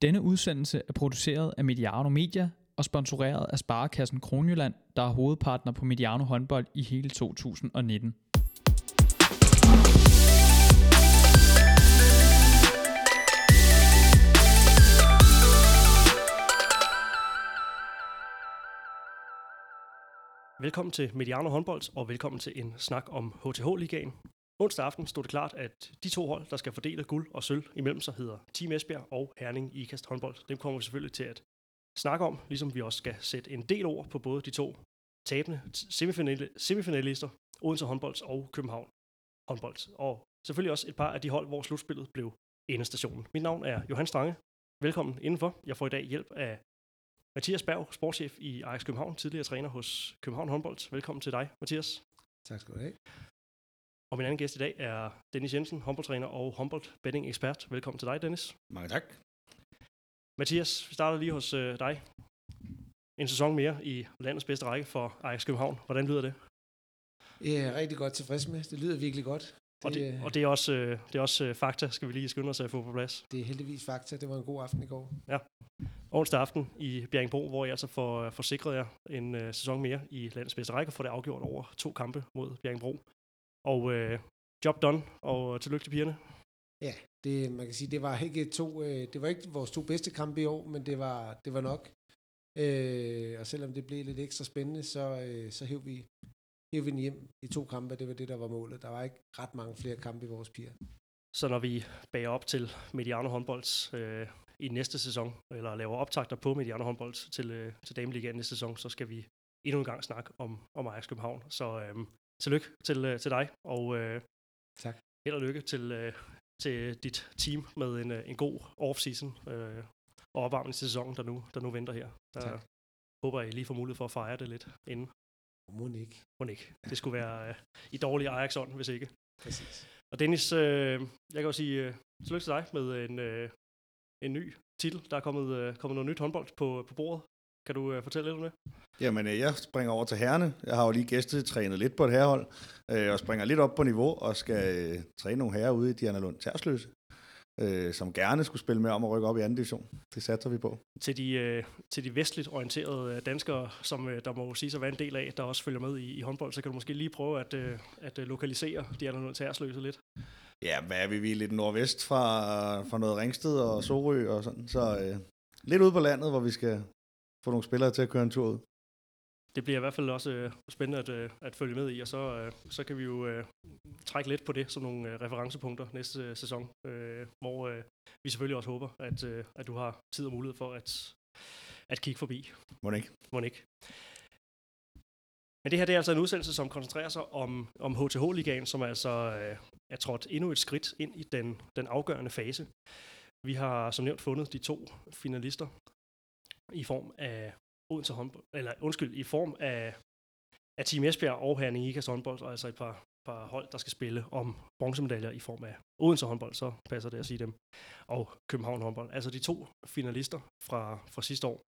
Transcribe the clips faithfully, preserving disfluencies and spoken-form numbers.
Denne udsendelse er produceret af Mediano Media og sponsoreret af Sparekassen Kronjylland, der er hovedpartner på Mediano håndbold i hele to tusind nitten. Velkommen til Mediano håndbold og velkommen til en snak om H T H-ligaen. Onsdag aften stod det klart, at de to hold, der skal fordele guld og sølv imellem sig, hedder Team Esbjerg og Herning Ikast håndbold. Dem kommer vi selvfølgelig til at snakke om, ligesom vi også skal sætte en del ord på både de to tabende semifinale, semifinalister, Odense håndbold og København håndbold. Og selvfølgelig også et par af de hold, hvor slutspillet blev endestationen. Mit navn er Johan Strange. Velkommen indenfor. Jeg får i dag hjælp af Mathias Berg, sportschef i Ajax København, tidligere træner hos København håndbold. Velkommen til dig, Mathias. Tak skal du have. Og min anden gæst i dag er Dennis Jensen, håndboldtræner og håndboldbetting-ekspert. Velkommen til dig, Dennis. Mange tak. Mathias, vi starter lige hos øh, dig. En sæson mere i landets bedste række for Ajax København. Hvordan lyder det? Jeg er rigtig godt tilfreds med. Det lyder virkelig godt. Det, og, det, og det er også, øh, det er også øh, fakta, skal vi lige skynde os at få på plads. Det er heldigvis fakta. Det var en god aften i går. Ja. Onsdag aften i Bjerringbro, hvor jeg altså får forsikret jer en øh, sæson mere i landets bedste række, og får det afgjort over to kampe mod Bjerringbro. Og øh, job done, og tillykke til pigerne. Ja, det, man kan sige, det var ikke to, øh, det var ikke vores to bedste kampe i år, men det var, det var nok. Øh, og selvom det blev lidt ekstra spændende, så, øh, så hæv vi, hæv vi den hjem i to kampe. Det var det, der var målet. Der var ikke ret mange flere kampe i vores piger. Så når vi bager op til Mediano håndbold øh, i næste sæson, eller laver optakter på Mediano håndbold til, øh, til Dameligaen næste sæson, så skal vi endnu en gang snakke om, om Ajax København. Så øh, tillykke til, øh, til dig, og øh, tak. Held og lykke til, øh, til dit team med en, øh, en god off-season øh, og opvarmning til sæsonen, der nu, der nu venter her. Der tak. Håber jeg lige får mulighed for at fejre det lidt inden. Må ikke. Må ikke. Det skulle være øh, i dårlig Ajax-ånd, hvis ikke. Præcis. Og Dennis, øh, jeg kan jo sige øh, tillykke til dig med en, øh, en ny titel. Der er kommet, øh, kommet noget nyt håndbold på, på bordet. Kan du øh, fortælle lidt om det? Jamen, øh, jeg springer over til herrene. Jeg har jo lige gæstetrænet lidt på et herrehold, øh, og springer lidt op på niveau, og skal øh, træne nogle herrer ude i Dianalund Tersløse, øh, som gerne skulle spille med om at rykke op i anden division. Det satser vi på. Til de, øh, til de vestligt orienterede danskere, som øh, der må sige at være en del af, der også følger med i, i håndbold, så kan du måske lige prøve at, øh, at lokalisere Dianalund Tersløse lidt. Ja, hvad er vi? Vi er lidt nordvest fra, fra noget Ringsted og Sorø og sådan, så øh, lidt ude på landet, hvor vi skal få nogle spillere til at køre en tur ud. Det bliver i hvert fald også øh, spændende at, øh, at følge med i, og så, øh, så kan vi jo øh, trække lidt på det som nogle øh, referencepunkter næste øh, sæson, øh, hvor øh, vi selvfølgelig også håber, at, øh, at du har tid og mulighed for at, at kigge forbi. Må ikke. Må ikke. Men det her det er altså en udsendelse, som koncentrerer sig om, om H T H-ligaen, som altså øh, er trådt endnu et skridt ind i den, den afgørende fase. Vi har som nævnt fundet de to finalister i form af Odense håndbold, eller undskyld, i form af, af Team Esbjerg og Herning Ikast håndbold, og altså et par, par hold, der skal spille om bronzemedaljer i form af Odense håndbold, så passer det at sige dem, og København håndbold. Altså de to finalister fra, fra sidste år.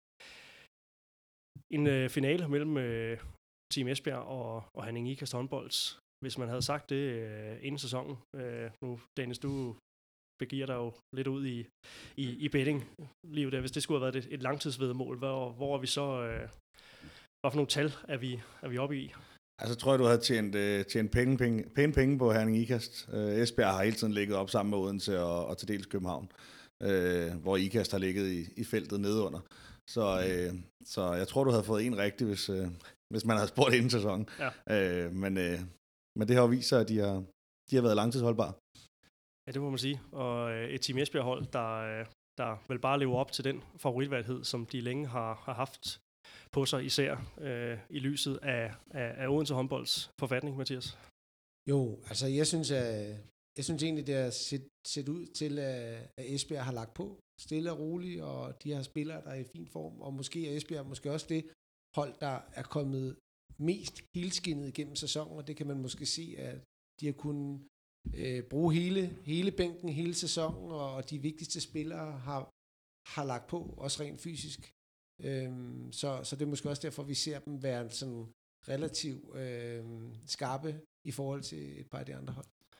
En øh, finale mellem øh, Team Esbjerg og, og Herning Ikast håndbold. Hvis man havde sagt det øh, inden sæsonen, øh, nu Dennis, du begiver dig jo lidt ud i, i, i betting-livet der. Hvis det skulle have været et, et langtidsvedmål, hvor, hvor er vi så, øh, hvad for nogle tal er vi, er vi oppe i? Altså tror jeg, du havde tjent, øh, tjent pæne, penge, pæne penge på Herning Ikast. Øh, Esbjerg har hele tiden ligget op sammen med Odense og, og til dels København, øh, hvor Ikast har ligget i, i feltet nedunder. Så, øh, så jeg tror, du havde fået en rigtig, hvis, øh, hvis man havde spurgt inden sæsonen. Ja. Øh, men, øh, men det har jo vist sig, at de har, de har været langtidsholdbare. Ja, det må man sige. Og øh, et Team Esbjerg-hold, der, øh, der vil bare leve op til den favoritvalghed, som de længe har, har haft på sig, især øh, i lyset af, af, af Odense håndbolds forfatning, Mathias. Jo, altså jeg synes, at, jeg synes egentlig, det har set, set ud til, at Esbjerg har lagt på stille og roligt, og de har spillere, der er i fin form, og måske er Esbjerg måske også det hold, der er kommet mest helskindet igennem sæsonen, og det kan man måske se, at de har kunnet øh, bruge hele, hele bænken hele sæsonen, og de vigtigste spillere har, har lagt på, også rent fysisk. Øhm, så, så det er måske også derfor, vi ser dem være sådan relativt øh, skarpe i forhold til et par af de andre hold.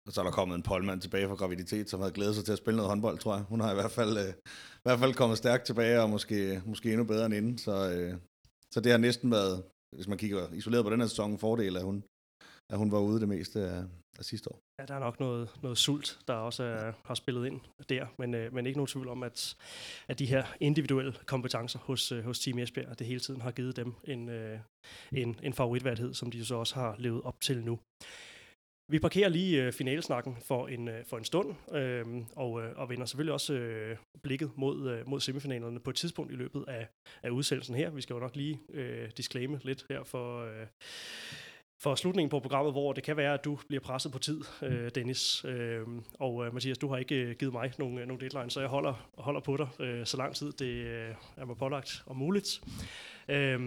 Og så er der kommet en polmand tilbage fra graviditet, som havde glædet sig til at spille noget håndbold, tror jeg. Hun har i hvert fald, øh, i hvert fald kommet stærkt tilbage, og måske, måske endnu bedre end inden. Så, øh, så det har næsten været, hvis man kigger isoleret på den her sæson, en fordel, at hun, at hun var ude det meste af, af sidste år. Ja, der er nok noget, noget sult, der også er, har spillet ind der, men, øh, men ikke nogen tvivl om, at, at de her individuelle kompetencer hos, øh, hos Team Esbjerg, at det hele tiden har givet dem en, øh, en, en favoritværdighed, som de så også har levet op til nu. Vi parkerer lige øh, finalesnakken for en, øh, for en stund, øh, og, øh, og vender selvfølgelig også øh, blikket mod, øh, mod semifinalerne på et tidspunkt i løbet af, af udsendelsen her. Vi skal jo nok lige øh, disclaimer lidt her for... Øh, For slutningen på programmet, hvor det kan være, at du bliver presset på tid, øh, Dennis. Øh, og øh, Mathias, du har ikke givet mig nogle, nogle deadlines, så jeg holder, holder på dig øh, så lang tid, det øh, er mig pålagt om muligt. Øh,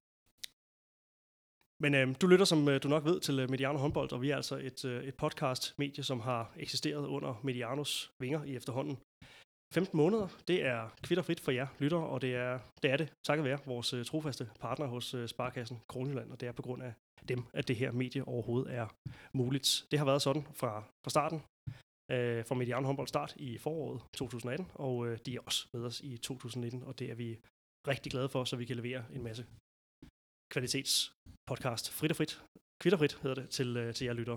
men øh, du lytter, som øh, du nok ved, til Mediano Håndbold, og vi er altså et, øh, et podcast-medie, som har eksisteret under Medianos vinger i efterhånden femten måneder. Det er kvitterfrit for jer lyttere, og det er det, er det takket være vores øh, trofaste partner hos øh, Sparekassen Kronjylland, og det er på grund af dem, at det her medie overhovedet er muligt. Det har været sådan fra, fra starten, øh, fra Mediano Håndbold start i foråret to tusind atten, og øh, de er også med os i to tusind nitten, og det er vi rigtig glade for, så vi kan levere en masse kvalitetspodcast frit og frit, kvitterfrit hedder det, til, øh, til jer lyttere.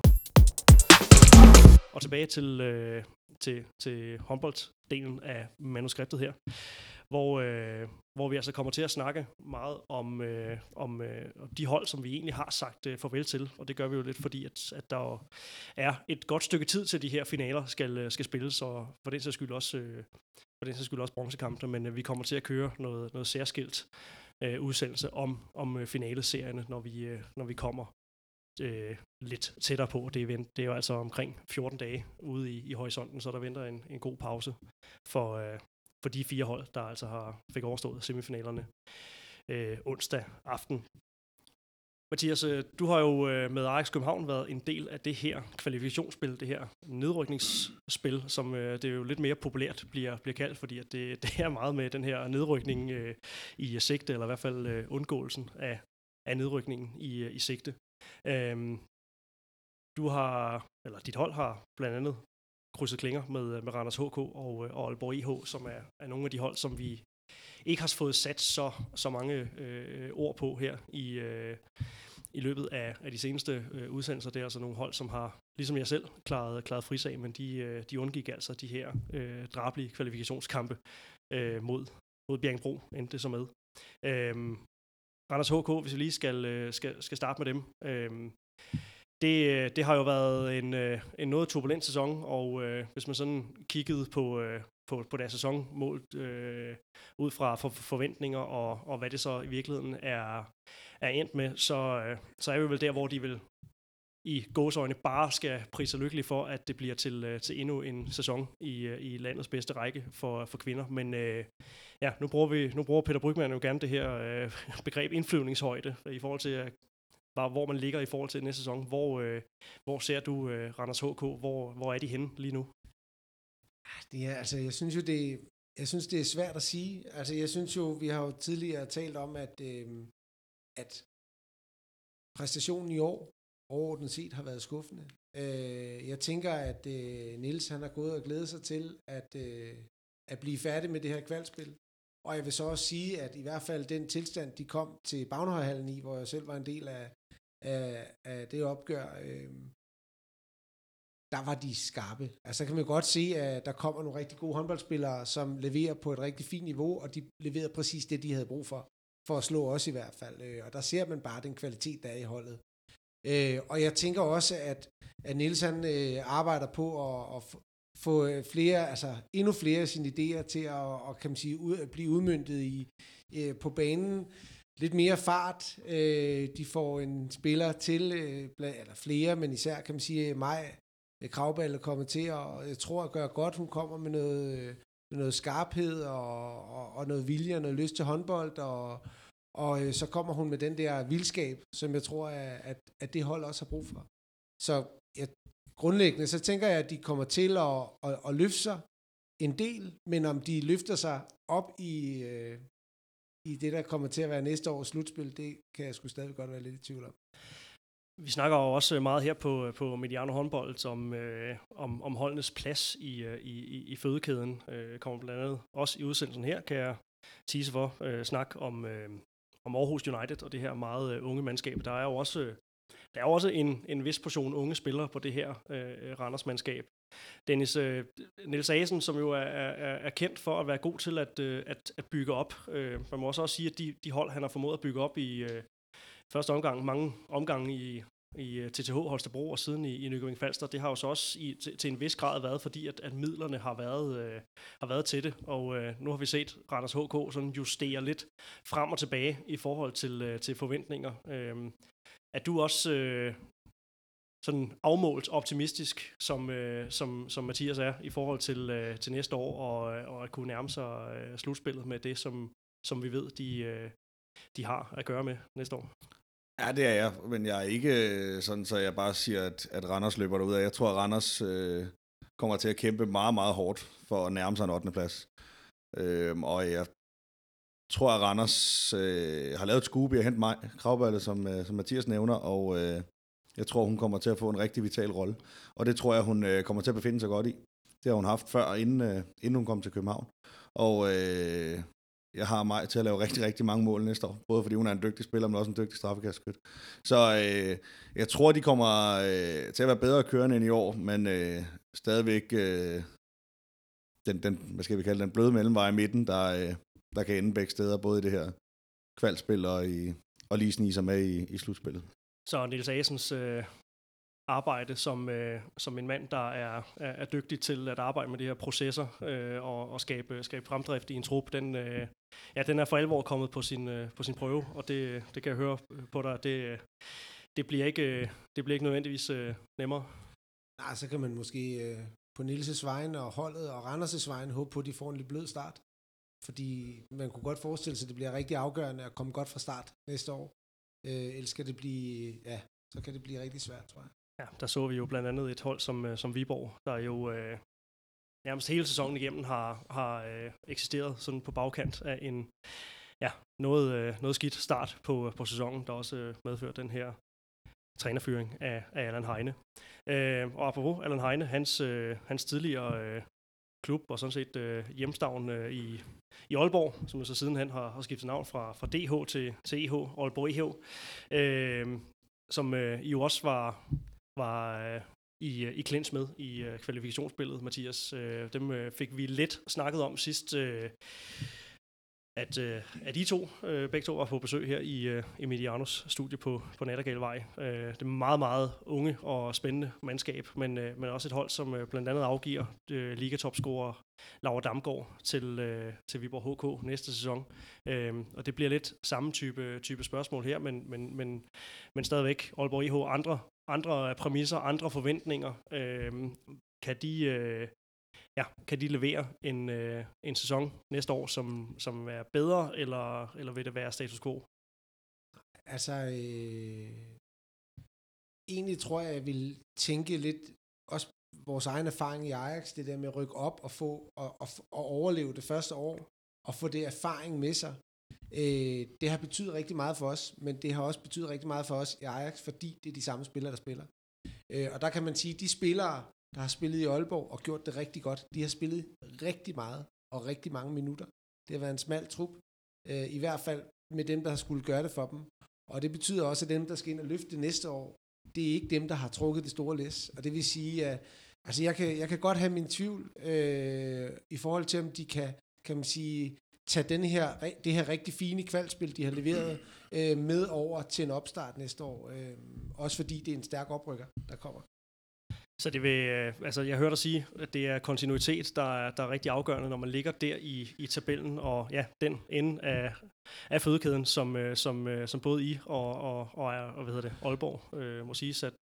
Og tilbage til, øh, til, til håndbolddelen af manuskriptet her, hvor, øh, hvor vi altså kommer til at snakke meget om, øh, om øh, de hold, som vi egentlig har sagt øh, farvel til, og det gør vi jo lidt, fordi at, at der er et godt stykke tid til de her finaler skal, skal spilles, og for den sags skyld også, øh, for den sags skyld også bronzekampene, men øh, vi kommer til at køre noget, noget særskilt øh, udsendelse om, om øh, finaleserierne, når vi, øh, når vi kommer øh, lidt tættere på det event. Det er jo altså omkring fjorten dage ude i, i horisonten, så der venter en, en god pause for, øh, for de fire hold, der altså har fik overstået semifinalerne øh, onsdag aften. Mathias, du har jo øh, med Ajax København været en del af det her kvalifikationsspil, det her nedrykningsspil, som øh, det er jo lidt mere populært bliver, bliver kaldt, fordi at det, det er meget med den her nedrykning øh, i sigte, eller i hvert fald øh, undgåelsen af, af nedrykningen i, i sigte. Øhm, du har, eller dit hold har blandt andet krydset klinger med, med Randers H K og, og Aalborg I H, som er, er nogle af de hold, som vi ikke har fået sat så, så mange øh, ord på her i, øh, i løbet af, af de seneste øh, udsendelser. Det er altså nogle hold, som har, ligesom jeg selv, klaret, klaret frisag, men de, øh, de undgik altså de her øh, drabelige kvalifikationskampe øh, mod, mod Bjerringbro, endte det så med. Øhm, Randers H K, hvis vi lige skal, skal, skal starte med dem. Øhm, det, det har jo været en, en noget turbulent sæson, og øh, hvis man sådan kiggede på, øh, på, på deres sæson målt øh, ud fra for, forventninger, og, og hvad det så i virkeligheden er, er endt med, så, øh, så er vi vel der, hvor de vil i gåseøjne bare skal prise sig lykkelige for, at det bliver til, til endnu en sæson i, i landets bedste række for, for kvinder. Men øh, ja, nu bruger, vi, nu bruger Peter Brygmann jo gerne det her øh, begreb indflyvningshøjde i forhold til, øh, hvor man ligger i forhold til næste sæson. Hvor, øh, hvor ser du øh, Randers H K? Hvor, hvor er de henne lige nu? Det er, altså, jeg synes jo, det, jeg synes, det er svært at sige. Altså, jeg synes jo, vi har jo tidligere talt om, at, øh, at præstationen i år overordnet set har været skuffende. Øh, jeg tænker, at øh, Niels han har gået og glædet sig til at, øh, at blive færdig med det her kvalspil. Og jeg vil så også sige, at i hvert fald den tilstand, de kom til Bagnehøjhallen i, hvor jeg selv var en del af, af, af det opgør, øh, der var de skarpe. Altså kan man godt se, at der kommer nogle rigtig gode håndboldspillere, som leverer på et rigtig fint niveau, og de leverede præcis det, de havde brug for, for at slå os i hvert fald. Øh, og der ser man bare den kvalitet, der er i holdet. Øh, og jeg tænker også, at, at Niels han øh, arbejder på at, at få flere, altså endnu flere af sine idéer til at og, kan man sige, ud, at blive udmøntet i, øh, på banen. Lidt mere fart. Øh, de får en spiller til, øh, blandt, eller flere, men især kan man sige, Maj Kravballe er kommet til, og jeg tror at gøre godt. Hun kommer med noget, med noget skarphed og, og, og noget vilje og noget lyst til håndbold, og Og øh, så kommer hun med den der vildskab, som jeg tror, at, at det hold også har brug for. Så jeg, grundlæggende, så tænker jeg, at de kommer til at, at, at løfte sig en del, men om de løfter sig op i, øh, i det, der kommer til at være næste års slutspil, det kan jeg sgu stadig godt være lidt i tvivl om. vi snakker jo også meget her på, på Mediano håndbold om, øh, om, om holdenes plads i, i, i fødekæden. Øh, kommer blandt andet også i udsendelsen her, kan jeg tease for, øh, snak om, øh, om Aarhus United og det her meget øh, unge mandskab. Der er jo også, der er jo også en, en vis portion unge spillere på det her øh, Randers-mandskab. Dennis, øh, Niels Asen, som jo er, er, er kendt for at være god til at, øh, at, at bygge op. Øh, man må også, også sige, at de, de hold, han har formået at bygge op i øh, første omgang, mange omgange i, i T T H Holstebro og siden i, i Nykøbing Falster, det har jo så også i, til, til en vis grad været, fordi at, at midlerne har været, øh, har været til det, og øh, nu har vi set Randers H K sådan justere lidt frem og tilbage i forhold til, øh, til forventninger. Øh, er du også øh, sådan afmålt optimistisk, som, øh, som, som Mathias er, i forhold til, øh, til næste år, og, og at kunne nærme sig øh, slutspillet med det, som, som vi ved, de, øh, de har at gøre med næste år? Ja, det er jeg, men jeg er ikke sådan, så jeg bare siger, at, at Randers løber derud af. Jeg tror, at Randers øh, kommer til at kæmpe meget, meget hårdt for at nærme sig en ottende plads. Øh, og jeg tror, at Randers øh, har lavet et scoop i at hente mig, Kravballe, som, øh, som Mathias nævner, og øh, jeg tror, hun kommer til at få en rigtig vital rolle. Og det tror jeg, hun øh, kommer til at befinde sig godt i. Det har hun haft før, inden, øh, inden hun kom til København. Og øh, jeg har mig til at lave rigtig, rigtig mange mål næste år. Både fordi hun er en dygtig spiller, men også en dygtig straffekastskyt. Så øh, jeg tror, de kommer øh, til at være bedre kørende end i år, men øh, stadigvæk øh, den, den, hvad skal vi kalde den bløde mellemvej i midten, der, øh, der kan ende begge steder, både i det her kvalspil og, i, og lige snige sig med i, i slutspillet. Så Niels Asens øh, arbejde som, øh, som en mand, der er, er, er dygtig til at arbejde med de her processer øh, og, og skabe, skabe fremdrift i en trup, den, øh, ja, den er for alvor kommet på sin, øh, på sin prøve, og det, det kan jeg høre på dig. Det, det, bliver, ikke, det bliver ikke nødvendigvis øh, nemmere. Nej, så kan man måske øh, på Nielses vegne og holdet og Randers' vegne håbe på, at de får en lidt blød start. Fordi man kunne godt forestille sig, at det bliver rigtig afgørende at komme godt fra start næste år. Øh, ellers skal det blive, ja, så kan det blive rigtig svært, tror jeg. Ja, der så vi jo blandt andet et hold som, som Viborg, der jo øh, nærmest hele sæsonen igennem har, har øh, eksisteret sådan på bagkant af en ja, noget, øh, noget skidt start på, på sæsonen, der også øh, medførte den her trænerfyring af, af Allan Heine. Øh, og apropos Allan Heine, hans, øh, hans tidligere øh, klub og sådan set øh, hjemstavn øh, i, i Aalborg, som så sidenhen har, har skiftet navn fra, fra D H til, til E H, Aalborg E H, øh, som øh, I jo også var, var øh, i, i clinch med i øh, kvalifikationsspillet, Mathias. Øh, dem øh, fik vi lidt snakket om sidst, øh, at, øh, at I to, øh, begge to var på besøg her i, øh, i Medianos studie på, på Nattergalvej. Øh, det er meget, meget unge og spændende mandskab, men, øh, men også et hold, som øh, blandt andet afgiver øh, ligatopscorer Laura Damgaard til, øh, til Viborg H K næste sæson. Øh, og det bliver lidt samme type, type spørgsmål her, men, men, men, men stadigvæk Aalborg E H, andre, andre præmisser, andre forventninger. Øh, kan de... Øh, Ja, kan de levere en, øh, en sæson næste år, som, som er bedre, eller, eller vil det være status quo? Altså, øh, egentlig tror jeg, jeg vil tænke lidt, også vores egen erfaring i Ajax, det der med at rykke op og få og, og, og overleve det første år, og få det erfaring med sig. Øh, det har betydet rigtig meget for os, men det har også betydet rigtig meget for os i Ajax, fordi det er de samme spillere, der spiller. Øh, og der kan man sige, at de spillere, der har spillet i Aalborg og gjort det rigtig godt, de har spillet rigtig meget og rigtig mange minutter. Det har været en smal trup, øh, i hvert fald med dem, der har skulle gøre det for dem. Og det betyder også, at dem, der skal ind og løfte det næste år, det er ikke dem, der har trukket det store læs. Og det vil sige, at altså jeg, kan, jeg kan godt have min tvivl øh, i forhold til, om de kan, kan man sige, tage den her, det her rigtig fine kvalspil, de har leveret, øh, med over til en opstart næste år. Øh, også fordi det er en stærk oprykker, der kommer. Så det vil, altså jeg hørte dig sige, at det er kontinuitet, der er, der er rigtig afgørende, når man ligger der i, i tabellen, og ja, den ende af, af fødekæden, som, som, som både I og, og, og, og hvad hedder det, Aalborg øh, må siges at,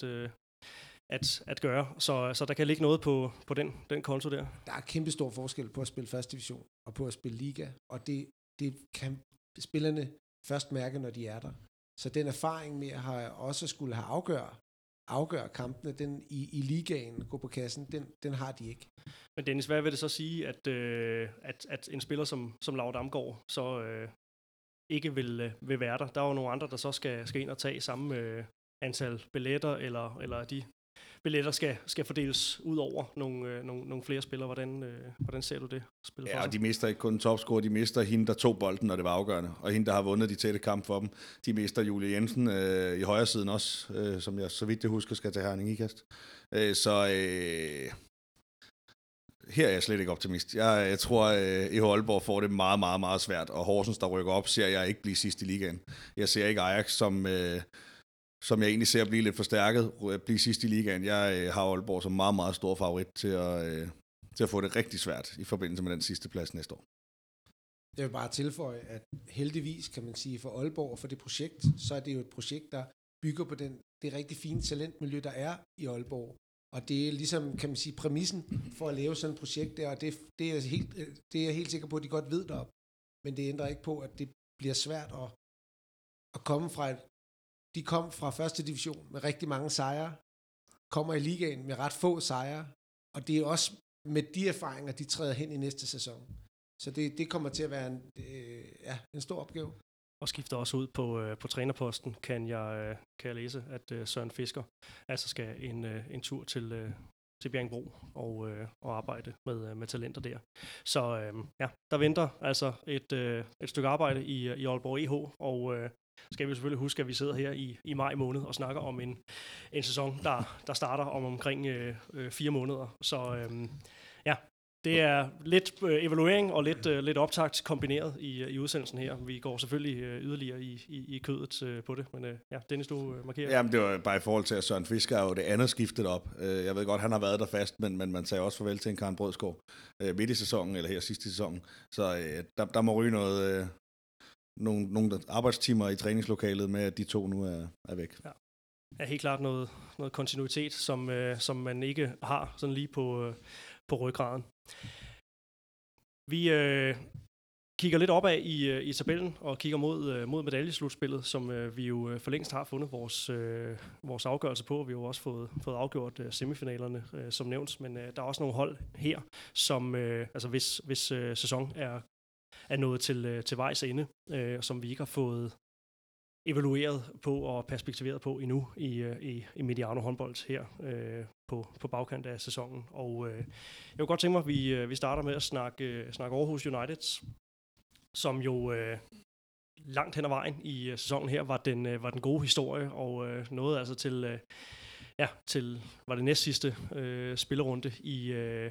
at, at gøre. Så, så der kan ligge noget på, på den, den konto der. Der er kæmpe stor forskel på at spille første division og på at spille liga, og det, det kan spillerne først mærke, når de er der. Så den erfaring med at have, også skulle have afgør, afgør kampene den i, i ligaen, gå på kassen, den, den har de ikke. Men Dennis, hvad vil det så sige, at, øh, at, at en spiller som, som Laura Damgaard så øh, ikke vil, øh, vil være der? Der er jo nogle andre, der så skal, skal ind og tage samme øh, antal billetter, eller, eller de billetter skal, skal fordeles ud over nogle, øh, nogle, nogle flere spillere. Hvordan, øh, hvordan ser du det spille for Ja, sig? og de mister ikke kun topscorer, de mister hende, der tog bolden, når det var afgørende. Og hende, der har vundet de tætte kamp for dem. De mister Julie Jensen øh, i højre siden også, øh, som jeg, så vidt jeg husker, skal til Herning Ikast. Øh, så øh, her er jeg slet ikke optimist. Jeg, jeg tror, at E H Aalborg får det meget, meget, meget svært. Og Horsens, der rykker op, ser jeg ikke blive sidst i ligaen. Jeg ser ikke Ajax, som... Øh, som jeg egentlig ser blive lidt forstærket, blive sidst i ligaen. Jeg øh, har Aalborg som meget, meget stor favorit til at, øh, til at få det rigtig svært i forbindelse med den sidste plads næste år. Jeg vil bare tilføje, at heldigvis kan man sige for Aalborg og for det projekt, så er det jo et projekt, der bygger på den, det rigtig fine talentmiljø, der er i Aalborg. Og det er ligesom, kan man sige, præmissen for at lave sådan et projekt der, og det, det, er, helt, det er jeg helt sikker på, at de godt ved deroppe. Men det ændrer ikke på, at det bliver svært at, at komme fra et De kom fra første division med rigtig mange sejre, kommer i ligaen med ret få sejre, og det er også med de erfaringer, de træder hen i næste sæson. Så det, det kommer til at være en, øh, ja, en stor opgave. Og skifter også ud på, øh, på trænerposten, kan jeg, øh, kan jeg læse, at øh, Søren Fisker altså skal en, øh, en tur til, øh, til Bjerringbro og, øh, og arbejde med, med talenter der. Så øh, ja, der venter altså et, øh, et stykke arbejde i, i Aalborg E H, og øh, skal vi selvfølgelig huske, at vi sidder her i, i maj måned og snakker om en, en sæson, der, der starter om omkring øh, øh, fire måneder. Så øh, ja, det er lidt øh, evaluering og lidt, øh, lidt optakt kombineret i, i udsendelsen her. Vi går selvfølgelig øh, yderligere i, i, i kødet øh, på det, men øh, ja, Dennis, du øh, markerer. Jamen, det var bare i forhold til, at Søren Fisker er jo det andet skiftet op. Jeg ved godt, han har været der fast, men, men man sagde også farvel til en Karen Brødskov øh, midt i sæsonen, eller her sidste sæson. Så øh, der, der må ryge noget... Øh, Nogle, nogle arbejdstimer i træningslokalet med, at de to nu er, er væk. Ja. Er helt klart noget, noget kontinuitet, som, øh, som man ikke har sådan lige på, øh, på ryggraden. Vi øh, kigger lidt opad i, øh, i tabellen og kigger mod, øh, mod medaljeslutspillet, som øh, vi jo for længst har fundet vores, øh, vores afgørelse på. Vi har jo også fået, fået afgjort øh, semifinalerne, øh, som nævnt, men øh, der er også nogle hold her, som øh, altså hvis, hvis øh, sæson er er nået til, til vejs ende, øh, som vi ikke har fået evalueret på og perspektiveret på endnu i, i, i Mediano håndbold her øh, på, på bagkant af sæsonen. Og øh, jeg kunne godt tænke mig, at vi, vi starter med at snakke, snakke Aarhus United, som jo øh, langt hen ad vejen i sæsonen her var den, øh, var den gode historie, og øh, nåede altså til, øh, ja, til, var det næst sidste øh, spillerunde i øh,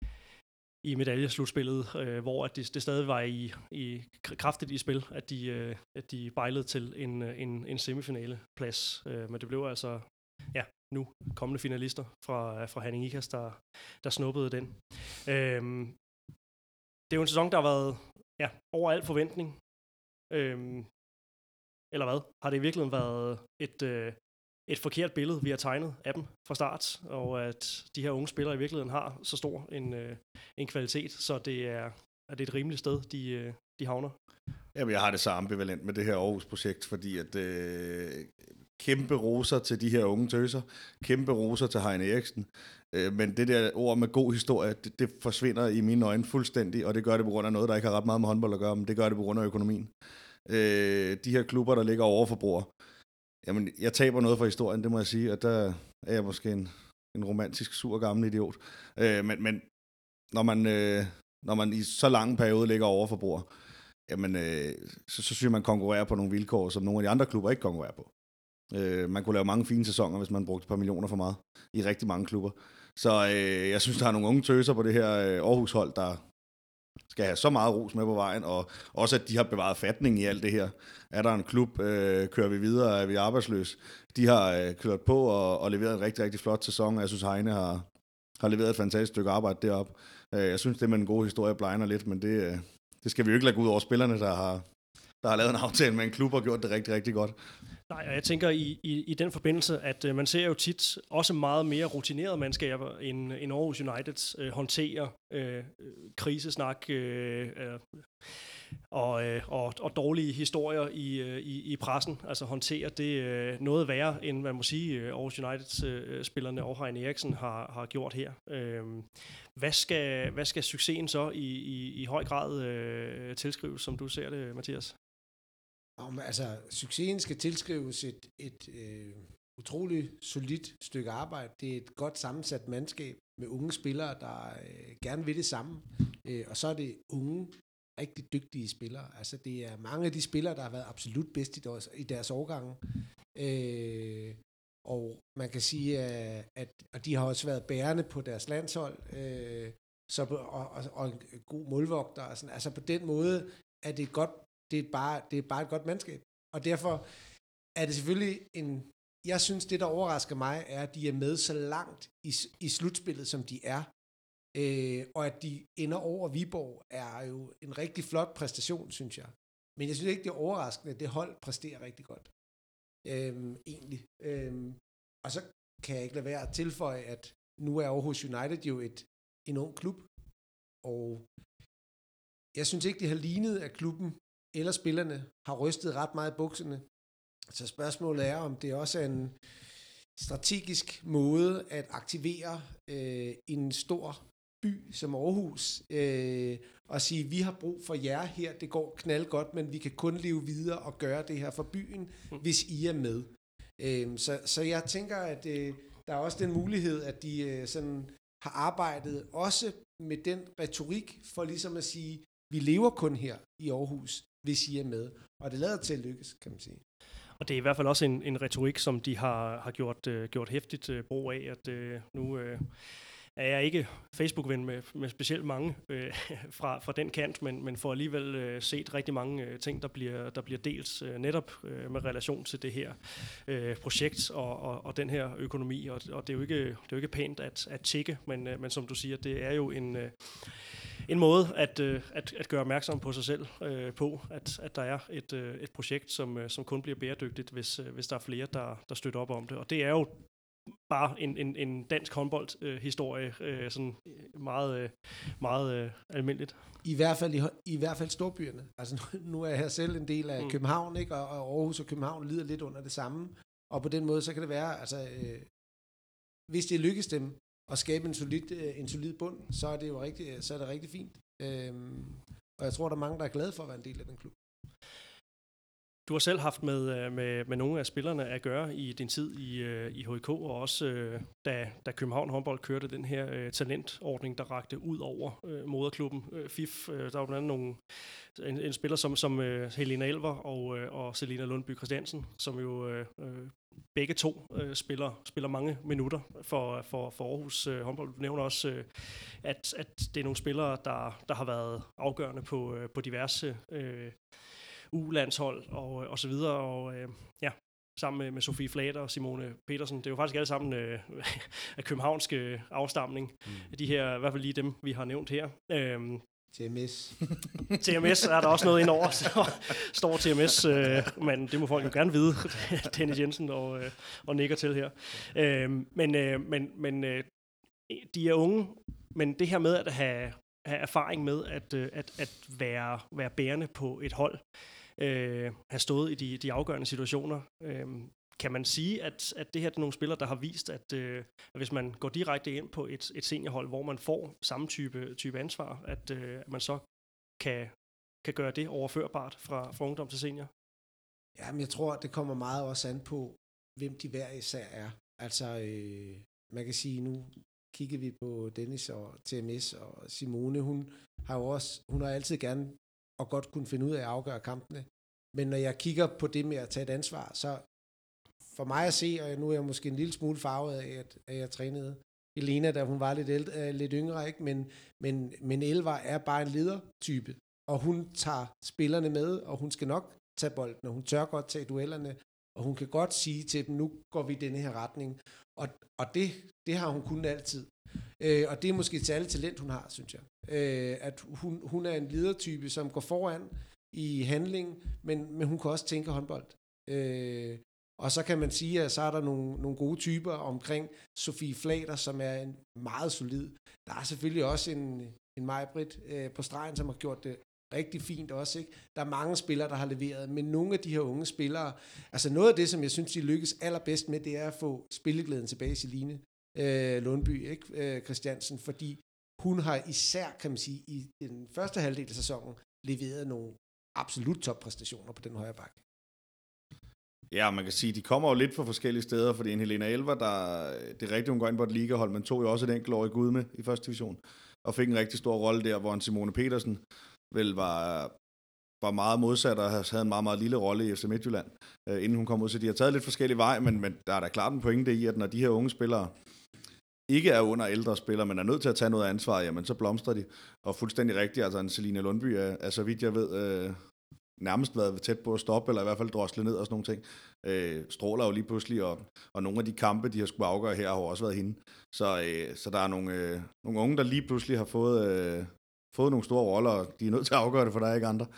i medaljeslutspillet, øh, hvor at det, det stadig var i, i kraftigt i spil, at de, øh, at de bejlede til en, en, en semifinale-plads. Øh, men det blev altså ja, nu kommende finalister fra, fra Herning Ikast, der, der snuppede den. Øh, det er jo en sæson, der har været ja, over al forventning. Øh, eller hvad? Har det i virkeligheden været et... Øh, et forkert billede, vi har tegnet af dem fra start, og at de her unge spillere i virkeligheden har så stor en, øh, en kvalitet, så det er, er det et rimeligt sted, de, øh, de havner. Jamen, jeg har det så ambivalent med det her Aarhus-projekt, fordi at øh, kæmpe roser til de her unge tøser, kæmpe roser til Heine Eriksen, øh, men det der ord med god historie, det, det forsvinder i mine øjne fuldstændig, og det gør det på grund af noget, der ikke har ret meget med håndbold at gøre, men det gør det på grund af økonomien. Øh, de her klubber, der ligger overforbruger, jamen, jeg taber noget for historien, det må jeg sige, og der er jeg måske en, en romantisk, sur gammel idiot. Øh, men men når, man, øh, når man i så lang en periode ligger overforbrug, jamen, øh, så, så synes jeg, man konkurrerer på nogle vilkår, som nogle af de andre klubber ikke konkurrerer på. Øh, man kunne lave mange fine sæsoner, hvis man brugte et par millioner for meget i rigtig mange klubber. Så øh, jeg synes, der er nogle unge tøser på det her øh, Aarhus-hold, der skal have så meget ros med på vejen, og også at de har bevaret fatning i alt det her. Er der en klub, øh, kører vi videre, er vi arbejdsløse. De har øh, kørt på og, og leveret en rigtig, rigtig flot sæson, og jeg synes, Heine har, har leveret et fantastisk stykke arbejde deroppe. Øh, jeg synes, det med en god historie blegner lidt, men det, øh, det skal vi jo ikke lade gå ud over spillerne, der har, der har lavet en aftale med en klub og gjort det rigtig, rigtig godt. Nej, og jeg tænker i, i, i den forbindelse, at øh, man ser jo tit også meget mere rutinerede mandskaber end, end Aarhus United øh, håndterer øh, krisesnak øh, øh, og, øh, og, og dårlige historier i, øh, i, i pressen. Altså håndterer det øh, noget værre, end man må sige, Aarhus United-spillerne øh, og Heine Eriksen har, har gjort her. Øh, hvad, skal, hvad skal succesen så i, i, i høj grad øh, tilskrives, som du ser det, Mathias? Om, altså, succesen skal tilskrives et, et øh, utroligt solidt stykke arbejde. Det er et godt sammensat mandskab med unge spillere, der øh, gerne vil det samme. Øh, og så er det unge, rigtig dygtige spillere. Altså det er mange af de spillere, der har været absolut bedst i deres, i deres årgange. Øh, og man kan sige, at og de har også været bærende på deres landshold, øh, så, og, og, og en god målvogter. Og sådan. Altså på den måde er det godt, det er bare, det er bare et godt mandskab. Og derfor er det selvfølgelig en, jeg synes det der overrasker mig, er at de er med så langt i, i slutspillet, som de er. Øh, og at de ender over Viborg, er jo en rigtig flot præstation, synes jeg. Men jeg synes ikke, det er overraskende, at det hold præsterer rigtig godt. Øhm, egentlig. Øhm, og så kan jeg ikke lade være at tilføje, at nu er Aarhus United jo et, en ung klub, og jeg synes ikke, det har lignet, at klubben eller spillerne har rystet ret meget i bukserne. Så spørgsmålet er, om det også er en strategisk måde at aktivere øh, en stor by som Aarhus, øh, og sige, vi har brug for jer her, det går knaldgodt, men vi kan kun leve videre og gøre det her for byen, mm. hvis I er med. Øh, så, så jeg tænker, at øh, der er også den mulighed, at de øh, sådan har arbejdet også med den retorik, for ligesom at sige, vi lever kun her i Aarhus, hvis I er med. Og det lader til at lykkes, kan man sige. Og det er i hvert fald også en, en retorik, som de har, har gjort, øh, gjort hæftigt øh, brug af, at øh, nu øh, er jeg ikke Facebook-ven med, med specielt mange øh, fra, fra den kant, men, men får alligevel øh, set rigtig mange øh, ting, der bliver, der bliver delt øh, netop øh, med relation til det her øh, projekt og, og, og den her økonomi. Og, og det er jo ikke, det er jo ikke pænt at, at tjekke, men, øh, men som du siger, det er jo en... Øh, En måde at, at, at gøre opmærksom på sig selv øh, på, at, at der er et, et projekt, som, som kun bliver bæredygtigt, hvis, hvis der er flere, der, der støtter op om det. Og det er jo bare en, en, en dansk håndboldhistorie, øh, sådan meget, meget øh, almindeligt. I hvert fald i, i hvert fald storbyerne. Altså nu, nu er jeg her selv en del af mm. København, ikke? Og, og Aarhus og København lider lidt under det samme. Og på den måde, så kan det være, altså øh, hvis det lykkes dem, og skabe en solid, en solid bund, så er det jo rigtig, så er det rigtig fint. Øhm, og jeg tror, der er mange, der er glade for at være en del af den klub. Du har selv haft med, med, med nogle af spillerne at gøre i din tid i, i H I K, og også da, da København Håndbold kørte den her uh, talentordning, der rakte ud over uh, moderklubben uh, F I F. Uh, der var blandt andet nogle, en, en spiller som, som uh, Helena Elver og, uh, og Selina Lundby Christiansen, som jo uh, begge to uh, spiller, spiller mange minutter for, for, for Aarhus uh, Håndbold. Du nævner også, uh, at, at det er nogle spillere, der, der har været afgørende på, uh, på diverse uh, U-landshold og, og så videre, og øh, ja, sammen med, med Sofie Flater og Simone Petersen. Det er jo faktisk alle sammen øh, af københavnske afstamning. Mm. De her, i hvert fald lige dem, vi har nævnt her. Øhm, T M S. T M S er der også noget indover. Står T M S, øh, men det må folk jo gerne vide. Dennis Jensen og, øh, og nikker til her. Øhm, men øh, men, men øh, de er unge, men det her med at have, have erfaring med at, at, at være, være bærende på et hold, øh, have stået i de, de afgørende situationer. Øh, kan man sige, at, at det her er nogle spillere, der har vist, at, øh, at hvis man går direkte ind på et, et seniorhold, hvor man får samme type, type ansvar, at, øh, at man så kan, kan gøre det overførbart fra, fra ungdom til senior? Jamen, jeg tror, det kommer meget også an på, hvem de hver især er. Altså, øh, man kan sige, nu kigger vi på Dennis og T M S og Simone. Hun har jo også, hun har altid gerne og godt kunne finde ud af at afgøre kampene. Men når jeg kigger på det med at tage et ansvar, så for mig at se, og nu er jeg måske en lille smule farvet af, at, at jeg trænede Elena, da hun var lidt, ældre, lidt yngre, ikke? Men, men, men Elvar er bare en ledertype, og hun tager spillerne med, og hun skal nok tage bolden, og hun tør godt tage duellerne, og hun kan godt sige til dem, nu går vi i denne her retning. Og, og det, det har hun kun altid. Øh, og det er måske et særligt talent, hun har, synes jeg. Øh, at hun, hun er en ledertype, som går foran i handling, men, men hun kan også tænke håndbold. Øh, og så kan man sige, at så er der nogle, nogle gode typer omkring Sofie Flater, som er en meget solid. Der er selvfølgelig også en, en Maj-Britt øh, på stregen, som har gjort det rigtig fint også, ikke? Der er mange spillere, der har leveret, men nogle af de her unge spillere, altså noget af det, som jeg synes, de lykkes allerbedst med, det er at få spilleglæden tilbage til Line øh, Lundby, ikke? Øh, Christiansen, fordi hun har især, kan man sige, i den første halvdel af sæsonen, leveret nogle absolut toppræstationer på den højre bakke. Ja, man kan sige, de kommer jo lidt fra forskellige steder, fordi en Helena Elver, der, det er rigtigt, hun går ind på et ligahold, men tog jo også et enkelt år i Gud med i første division, og fik en rigtig stor rolle der, hvor en Simone Petersen vel var, var meget modsat og havde en meget, meget lille rolle i F C Midtjylland, øh, inden hun kom ud. Så de har taget lidt forskellige veje, men, men der er da klart en pointe i, at når de her unge spillere ikke er under ældre spillere, men er nødt til at tage noget ansvar, jamen så blomstrer de. Og fuldstændig rigtigt, altså en Selina Lundby er, er så vidt jeg ved, øh, nærmest været tæt på at stoppe, eller i hvert fald drosle ned og sådan nogle ting. Øh, stråler jo lige pludselig, og, og nogle af de kampe, de har skulle afgøre her, har også været hende. Så, øh, så der er nogle, øh, nogle unge, der lige pludselig har fået, øh, fået nogle store roller, og de er nødt til at afgøre det, for der er ikke andre.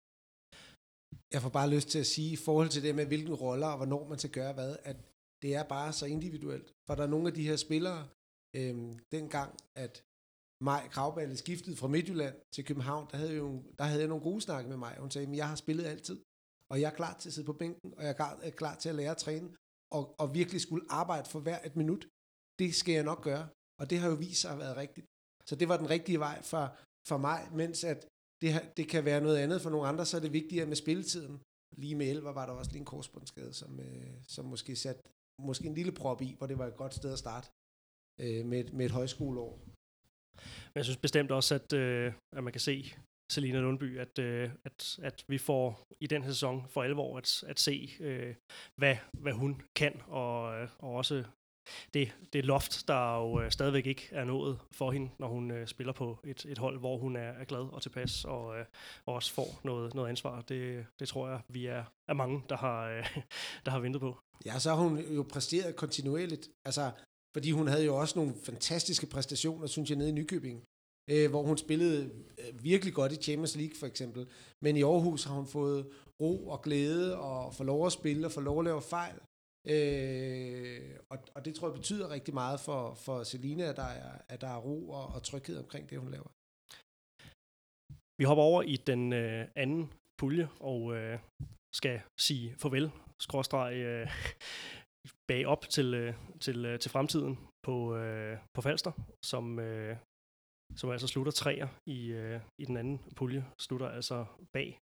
Jeg får bare lyst til at sige, i forhold til det med, hvilken roller og hvornår man skal gøre hvad, at det er bare så individuelt. For der er nogle af de her spillere, øhm, dengang, at Maj Kravballe skiftede fra Midtjylland til København, der havde, jo, der havde jeg nogle gode snakke med mig. Hun sagde, at jeg har spillet altid, og jeg er klar til at sidde på bænken, og jeg er klar, er klar til at lære at træne, og, og virkelig skulle arbejde for hver et minut. Det skal jeg nok gøre, og det har jo vist sig at have været rigtigt. Så det var den rigtige vej for, for mig, mens at det, det kan være noget andet for nogle andre, så er det vigtigere med spilletiden. Lige med Elver var der også lige en korsbåndsskade, som, øh, som måske satte måske en lille prop i, hvor det var et godt sted at starte øh, med, et, med et højskoleår. Men jeg synes bestemt også, at, øh, at man kan se Selina Lundby, at, øh, at, at vi får i den her sæson for alvor at, at se, øh, hvad, hvad hun kan, og, og også det, det loft, der jo øh, stadigvæk ikke er nået for hende, når hun øh, spiller på et, et hold, hvor hun er, er glad og tilpas, og, øh, og også får noget, noget ansvar. Det, det tror jeg, vi er, er mange, der har, øh, der har ventet på. Ja, så har hun jo præsteret kontinuerligt, altså, fordi hun havde jo også nogle fantastiske præstationer, synes jeg, nede i Nykøbing, øh, hvor hun spillede øh, virkelig godt i Champions League for eksempel. Men i Aarhus har hun fået ro og glæde, og får lov at spille, og får lov at lave fejl. Øh, og, og det tror jeg betyder rigtig meget for, for Selina, at der er, at der er ro og, og tryghed omkring det, hun laver. Vi hopper over i den øh, anden pulje, og øh, skal sige farvel, skråstreg, øh, bag op til, øh, til, øh, til fremtiden på, øh, på Falster, som, øh, som altså slutter treer i, øh, i den anden pulje, slutter altså bag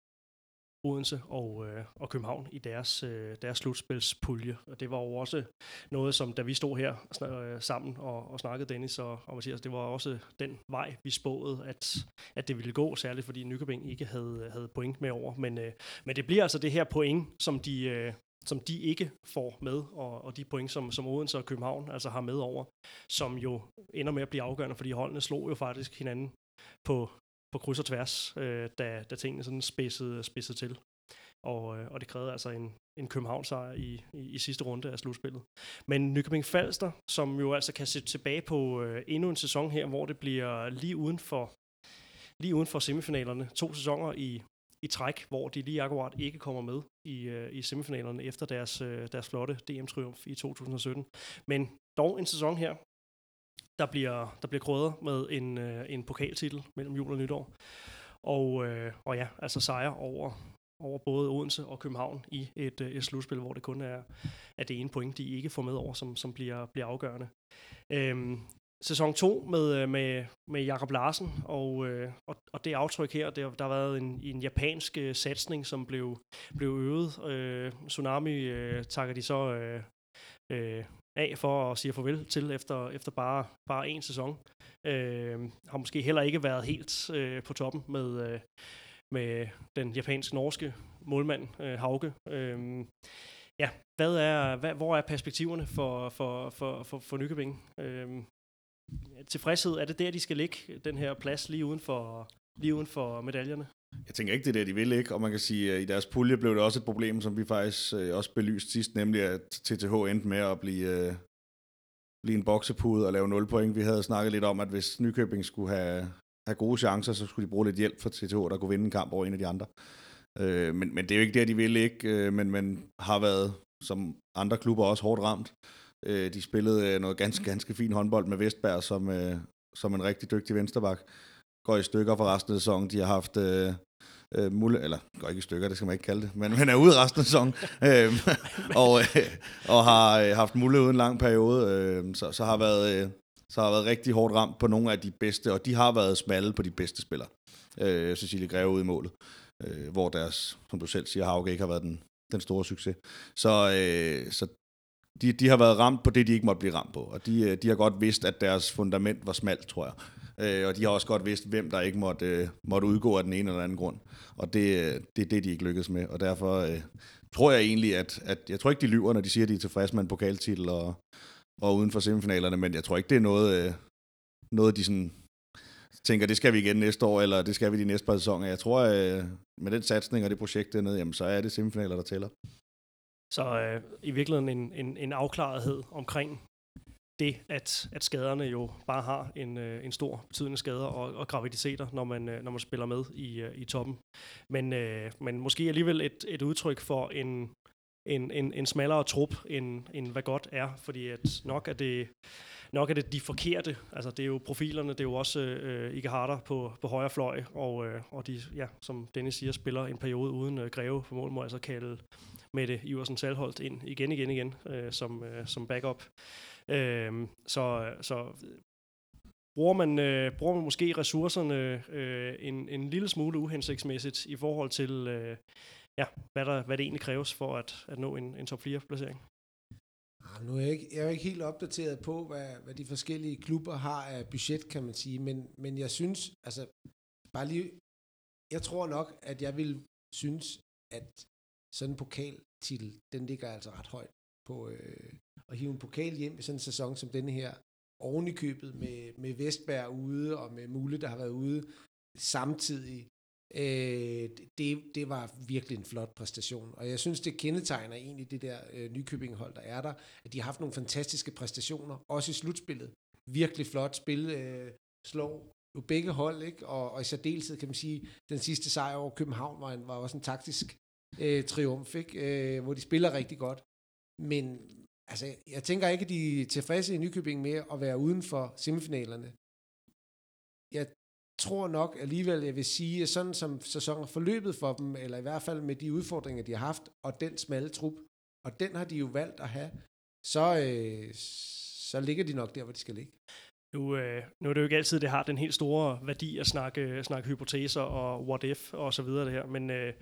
Odense og, øh, og København i deres, øh, deres slutspilspulje. Og det var jo også noget, som da vi stod her snak, øh, sammen og, og snakkede, Dennis og, og Mathias, det var også den vej, vi spåede, at, at det ville gå, særligt fordi Nykøbing ikke havde, havde point med over. Men, øh, men det bliver altså det her point, som de, øh, som de ikke får med, og, og de point, som, som Odense og København altså har med over, som jo ender med at blive afgørende, fordi holdene slog jo faktisk hinanden på på kryds og tværs, øh, da, da tingene sådan spidsede, spidsede til. Og, øh, og det krævede altså en, en København-sejr i, i, i sidste runde af slutspillet. Men Nykøbing Falster, som jo altså kan se tilbage på øh, endnu en sæson her, hvor det bliver lige uden for, lige uden for semifinalerne. To sæsoner i, i træk, hvor de lige akkurat ikke kommer med i, øh, i semifinalerne efter deres, øh, deres flotte D M-triumf i to tusind og sytten. Men dog en sæson her, Der bliver, der bliver krydret med en, øh, en pokaltitel mellem jul og nytår. Og, øh, og ja, altså sejre over, over både Odense og København i et, et slutspil, hvor det kun er, er det ene point, de ikke får med over, som, som bliver, bliver afgørende. Øhm, sæson to med, med, med Jakob Larsen, og, øh, og, og det aftryk her, det, der har været en, en japansk øh, satsning, som blev, blev øvet. Øh, Tsunami øh, takker de så Øh, øh, af for at sige farvel til efter, efter bare, bare en sæson. Øh, har måske heller ikke været helt øh, på toppen med, øh, med den japansk-norske målmand øh, Hauge. Øh, ja, hvad er, hvad, hvor er perspektiverne for, for, for, for, for Nykøbing? Øh, tilfredshed, er det der, de skal ligge, den her plads lige uden for, lige uden for medaljerne? Jeg tænker ikke, det er det, de vil ikke, og man kan sige, at i deres pulje blev det også et problem, som vi faktisk øh, også belyst sidst, nemlig at T T H endte med at blive, øh, blive en boksepude og lave nul point. Vi havde snakket lidt om, at hvis Nykøbing skulle have, have gode chancer, så skulle de bruge lidt hjælp for T T H, der kunne vinde en kamp over en af de andre. Øh, men, men det er jo ikke det, de vil ikke, øh, men man har været, som andre klubber, også hårdt ramt. Øh, de spillede noget ganske, ganske fin håndbold med Vestberg, som, øh, som en rigtig dygtig vensterbak. Går i stykker for resten af sæsonen. De har haft øh, øh, mulle, eller går ikke i stykker, det skal man ikke kalde det, men, men er ude resten af sæsonen, øh, og, øh, og har øh, haft mulle uden en lang periode, øh, så, så, har været, øh, så har været rigtig hårdt ramt på nogle af de bedste, og de har været smalle på de bedste spillere. Øh, Cecilie Greve ude i målet, øh, hvor deres, som du selv siger, Hauge ikke har været den, den store succes. Så, øh, så de, de har været ramt på det, de ikke måtte blive ramt på, og de, de har godt vidst, at deres fundament var smalt, tror jeg. Øh, og de har også godt vidst, hvem der ikke måtte, øh, måtte udgå af den ene eller anden grund. Og det, det er det, de ikke lykkedes med. Og derfor øh, tror jeg egentlig, at, at jeg tror ikke, de lyver, når de siger, at de er tilfredse med en pokaltitel og, og uden for semifinalerne, men jeg tror ikke, det er noget, øh, noget de sådan tænker, det skal vi igen næste år, eller det skal vi de næste par sæsoner. Jeg tror, øh, med den satsning og det projekt dernede, jamen, så er det semifinaler, der tæller. Så øh, i virkeligheden en, en, en afklarethed omkring det, at, at skaderne jo bare har en, øh, en stor betydende skader og, og graviditeter, når man, øh, når man spiller med i, øh, i toppen. Men, øh, men måske alligevel et, et udtryk for en, en, en, en smallere trup, end, end hvad godt er, fordi at nok er det nok er det de forkerte. Altså det er jo profilerne, det er jo også øh, Ike Harder på, på højre fløj, og, øh, og de, ja, som Dennis siger, spiller en periode uden øh, Greve på mål, må altså kalde Mette Iversen Salholt ind igen, igen, igen, øh, som, øh, som backup. Øh, så, så bruger man, øh, bruger man måske ressourcerne øh, en, en lille smule uhensigtsmæssigt i forhold til, øh, ja, hvad, der, hvad det egentlig kræves for at, at nå en, en top fire placering. Nu er jeg, ikke, jeg er ikke helt opdateret på, hvad, hvad de forskellige klubber har af budget, kan man sige, men, men jeg synes, altså, bare lige, jeg tror nok, at jeg vil synes, at sådan en pokaltitel, den ligger altså ret højt på øh, at hive en pokal hjem i sådan en sæson som denne her, oven i købet med, med Vestberg ude, og med Mulle, der har været ude samtidig. Øh, det, det var virkelig en flot præstation, og jeg synes, det kendetegner egentlig det der øh, Nykøbing-hold, der er der, at de har haft nogle fantastiske præstationer, også i slutspillet. Virkelig flot spil, øh, slår jo begge hold, ikke? Og, og i særdeleshed kan man sige, den sidste sejr over København var, en, var også en taktisk øh, triumf, ikke? Øh, hvor de spiller rigtig godt. Men altså, jeg tænker ikke, at de er tilfredse i Nykøbing med at være uden for semifinalerne. Jeg tror nok alligevel, jeg vil sige, at sådan som sæsonen er forløbet for dem, eller i hvert fald med de udfordringer, de har haft, og den smalle trup, og den har de jo valgt at have, så, øh, så ligger de nok der, hvor de skal ligge. Nu, øh, nu er det jo ikke altid, det har den helt store værdi at snakke, snakke hypoteser og what if og så videre det her, men øh,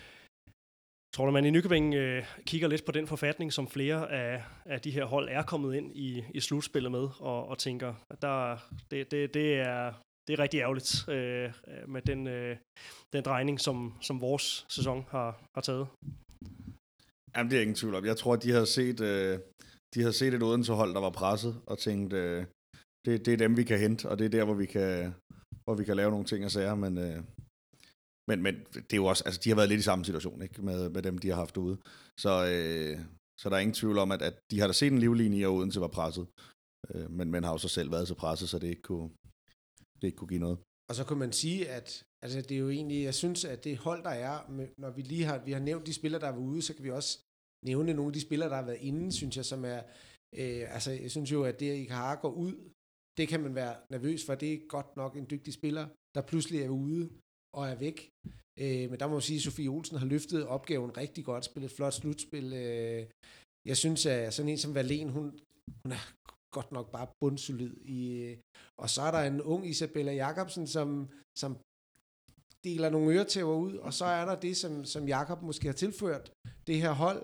tror du, man i Nykøbing øh, kigger lidt på den forfatning, som flere af, af de her hold er kommet ind i, i slutspillet med, og, og tænker, at der, det, det, det er Det er rigtig ærgerligt øh, med den, øh, den drejning, som, som vores sæson har, har taget. Jamen, det er ingen tvivl om. Jeg tror, de havde set, øh, de havde set et Odense-hold, der var presset, og tænkt, øh, det, det er dem, vi kan hente, og det er der, hvor vi kan, hvor vi kan lave nogle ting og sager. Men, øh, men, men det er jo også, altså, de har været lidt i samme situation, ikke, med, med dem, de har haft ude. Så, øh, så der er ingen tvivl om, at, at de har da set en livlinje, og Odense var presset. Øh, men man har jo så selv været så presset, så det ikke kunne... det ikke kunne give noget. Og så kunne man sige, at altså det er jo egentlig, jeg synes, at det hold, der er, når vi lige har, vi har nævnt de spillere, der er ude, så kan vi også nævne nogle af de spillere, der har været inde, synes jeg, som er, øh, altså jeg synes jo, at det, at Ike Harder går ud, det kan man være nervøs for, det er godt nok en dygtig spiller, der pludselig er ude og er væk. Øh, men der må man sige, at Sofie Olsen har løftet opgaven rigtig godt, spillet et flot slutspil. Øh, jeg synes, at sådan en som Valen, hun, hun er godt nok bare bundsolid i, og så er der en ung Isabella Jacobsen, som, som deler nogle øretæver ud, og så er der det, som, som Jakob måske har tilført det her hold,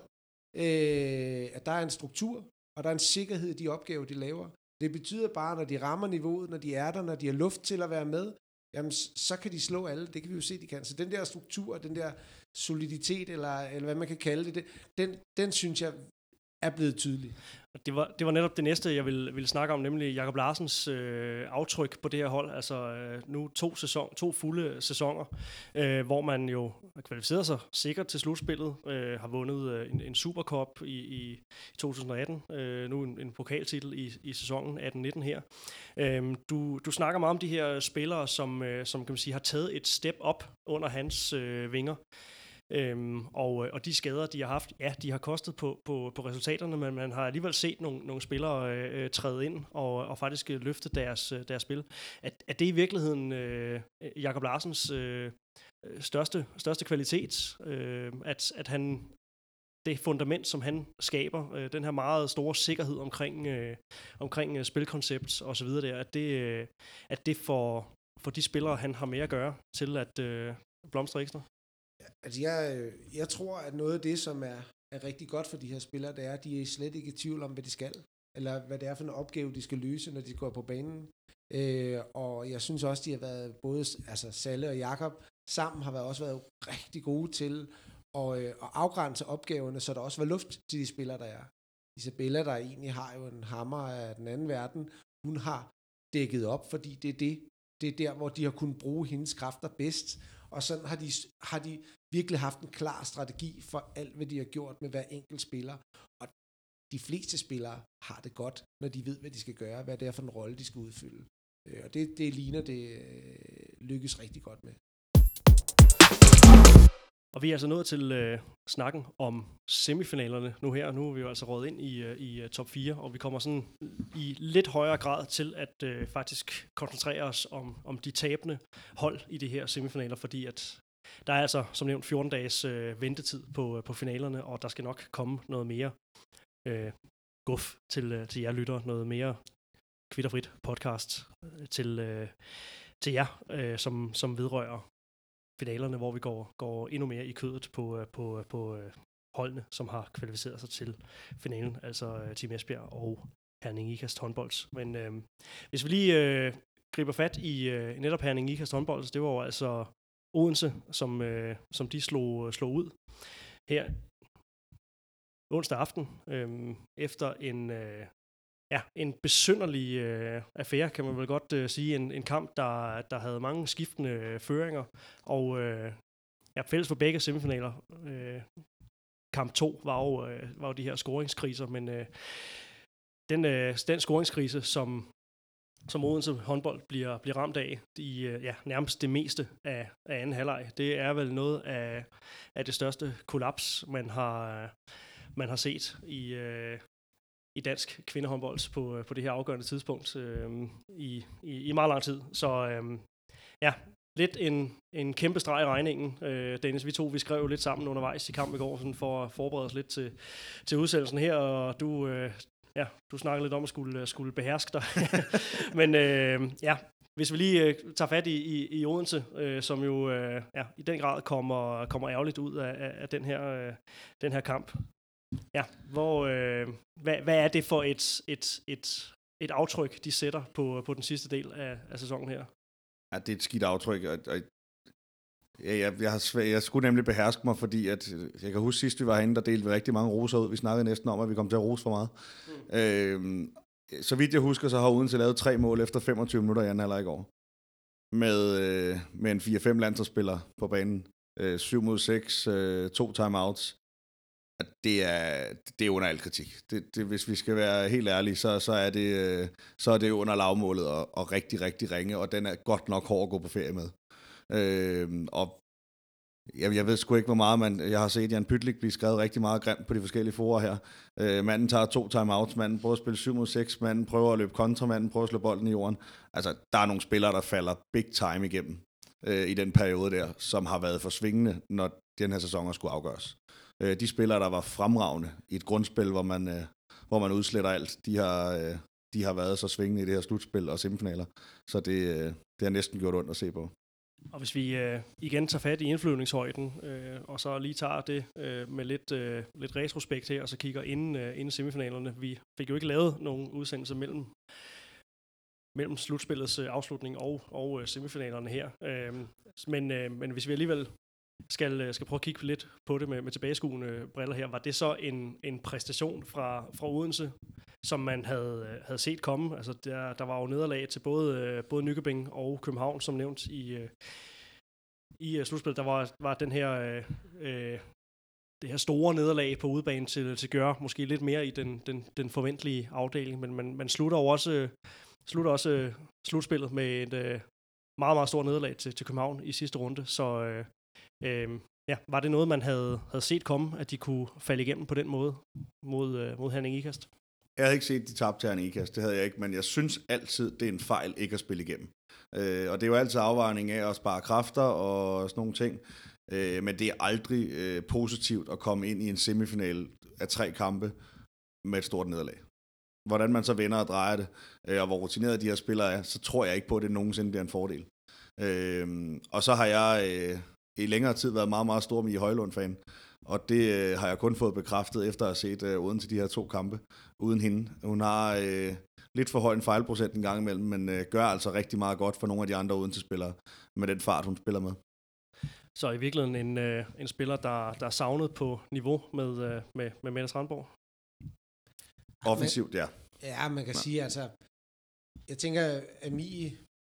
øh, at der er en struktur, og der er en sikkerhed i de opgaver, de laver. Det betyder bare, når de rammer niveauet, når de er der, når de har luft til at være med, jamen så kan de slå alle, det kan vi jo se, de kan. Så den der struktur, den der soliditet, eller, eller hvad man kan kalde det, det den, den synes jeg er blevet tydelig. Det var, det var netop det næste, jeg ville, ville snakke om, nemlig Jakob Larsens øh, aftryk på det her hold. Altså øh, nu to, sæson, to fulde sæsoner, øh, hvor man jo kvalificerede sig sikkert til slutspillet, øh, har vundet øh, en, en Supercup i, i to tusind atten, øh, nu en, en pokaltitel i, i sæsonen atten nitten her. Øh, du, du snakker meget om de her spillere, som, øh, som kan man sige, har taget et step op under hans øh, vinger. Øhm, og, og de skader, de har haft, ja, de har kostet på, på, på resultaterne, men man har alligevel set nogle, nogle spillere øh, træde ind og, og faktisk løfte deres, deres spil. Er, er det i virkeligheden øh, Jakob Larsens øh, største, største kvalitet, øh, at, at han, det fundament, som han skaber, øh, den her meget store sikkerhed omkring, øh, omkring øh, spilkoncept og så videre der, at det, øh, at det får, får de spillere, han har med at gøre, til at øh, blomstre ekstra? Altså, jeg, jeg tror, at noget af det, som er, er rigtig godt for de her spillere, det er, at de er slet ikke i tvivl om, hvad de skal, eller hvad det er for en opgave, de skal løse, når de går på banen. Øh, og jeg synes også, de har været, både altså Salle og Jakob sammen, har været, også været rigtig gode til at, øh, at afgrænse opgaverne, så der også var luft til de spillere, der er. Isabella, der egentlig har jo en hammer af den anden verden, hun har dækket op, fordi det er det, det er der, hvor de har kunnet bruge hendes kræfter bedst, og sådan har de, har de virkelig haft en klar strategi for alt, hvad de har gjort med hver enkelt spiller, og de fleste spillere har det godt, når de ved, hvad de skal gøre, hvad det er for en rolle, de skal udfylde. Og det, det ligner, det lykkes rigtig godt med. Og vi er altså nået til øh, snakken om semifinalerne nu her. Nu er vi jo altså røget ind i, øh, i uh, top fire, og vi kommer sådan i lidt højere grad til at øh, faktisk koncentrere os om, om de tabende hold i de her semifinaler, fordi at der er altså som nævnt fjorten dages øh, ventetid på, øh, på finalerne, og der skal nok komme noget mere øh, guf til, øh, til jer lytter, noget mere kvitterfrit podcast til, øh, til jer, øh, som, som vedrører finalerne, hvor vi går, går endnu mere i kødet på, på, på holdene, som har kvalificeret sig til finalen, altså Team Esbjerg og Herning Ikast håndbold. Men øh, hvis vi lige øh, griber fat i øh, netop Herning Ikast håndbold, det var jo altså Odense, som, øh, som de slog, slog ud her onsdag aften, øh, efter en øh, Ja, en besynderlig øh, affære, kan man vel godt øh, sige. En, en kamp, der, der havde mange skiftende øh, føringer, og øh, ja, fælles for begge semifinaler. Øh, kamp to var jo, øh, var jo de her scoringskriser, men øh, den, øh, den scoringskrise, som, som Odense håndbold bliver, bliver ramt af i øh, ja, nærmest det meste af, af anden halvleg, det er vel noget af, af det største kollaps, man har, man har set i... Øh, i dansk kvindehåndbold på, på det her afgørende tidspunkt øh, i, i, i meget lang tid. Så øh, ja, lidt en, en kæmpe streg i regningen. Øh, Dennis, vi to, vi skrev lidt sammen undervejs i kampen i går, sådan for at forberede os lidt til, til udsendelsen her, og du, øh, ja, du snakkede lidt om at skulle, skulle beherske dig. Men øh, ja, hvis vi lige øh, tager fat i, i, i Odense, øh, som jo øh, ja, i den grad kommer, kommer ærgerligt ud af, af den, her, øh, den her kamp. Ja, hvor, øh, hvad, hvad er det for et, et, et, et aftryk, de sætter på, på den sidste del af, af sæsonen her? Ja, det er et skidt aftryk, og, og ja, jeg, jeg, har svæ- jeg skulle nemlig beherske mig, fordi at, jeg kan huske sidst vi var herinde, der delte vi rigtig mange roser ud. Vi snakkede næsten om, at vi kom til at rose for meget. Mm. Øh, så vidt jeg husker, så har Odense lavet tre mål efter femogtyve minutter i anden halvleg i går. Med, øh, med en fire fem landsholdsspillere på banen. Øh, syv mod seks, øh, to timeouts. Det er, det er under al kritik. Det, det, hvis vi skal være helt ærlige, så, så, er, det, så er det under lavmålet og, og rigtig, rigtig ringe, og den er godt nok hård at gå på ferie med. Øh, og jeg, jeg ved sgu ikke, hvor meget man... Jeg har set Jan Pytlik blive skrevet rigtig meget grimt på de forskellige forer her. Øh, manden tager to timeouts, manden prøver at spille syv mod seks, manden prøver at løbe kontra, manden prøver at slå bolden i jorden. Altså, der er nogle spillere, der falder big time igennem øh, i den periode der, som har været for svingende, når den her sæson skulle afgøres. De spillere, der var fremragende i et grundspil, hvor man, øh, hvor man udsletter alt, de har, øh, de har været så svingende i det her slutspil og semifinaler. Så det, øh, det har næsten gjort ondt at se på. Og hvis vi øh, igen tager fat i indflyvningshøjden, øh, og så lige tager det øh, med lidt, øh, lidt retrospekt her, og så kigger inden, øh, inden semifinalerne. Vi fik jo ikke lavet nogen udsendelse mellem, mellem slutspillets øh, afslutning og, og øh, semifinalerne her. Øh, men, øh, men hvis vi alligevel skal, skal prøve at kigge lidt på det med, med tilbageskuende briller her, var det så en, en præstation fra, fra Odense, som man havde, havde set komme? Altså der, der var jo nederlag til både, både Nykøbing og København, som nævnt i, i slutspillet. Der var, var den her, øh, det her store nederlag på udebane til, til Gør, måske lidt mere i den, den, den forventelige afdeling, men man, man slutter jo også, slutter også slutspillet med et øh, meget, meget stort nederlag til, til København i sidste runde, så øh, øh, ja, var det noget, man havde, havde set komme, at de kunne falde igennem på den måde mod, øh, mod Herning Ikast? Jeg havde ikke set, de tabte til Herning Ikast, det havde jeg ikke, men jeg synes altid, det er en fejl ikke at spille igennem. Øh, og det er jo altid afvejning af at spare kræfter og sådan nogle ting, øh, men det er aldrig øh, positivt at komme ind i en semifinal af tre kampe med et stort nederlag. Hvordan man så vender og drejer det, øh, og hvor rutineret de her spillere er, så tror jeg ikke på, at det nogensinde bliver en fordel. Øh, og så har jeg, øh, i længere tid været meget, meget stor Mie Højlund-fan. Og det øh, har jeg kun fået bekræftet, efter at have set øh, Odense de her to kampe uden hende. Hun har øh, lidt for høj en fejlprocent en gang imellem, men øh, gør altså rigtig meget godt for nogle af de andre Odense-spillere med den fart, hun spiller med. Så i virkeligheden en, øh, en spiller, der, der er savnet på niveau med, øh, med, med Mette Strandborg? Offensivt, ja. Ja, man kan ja. sige, altså, jeg tænker, at Mie,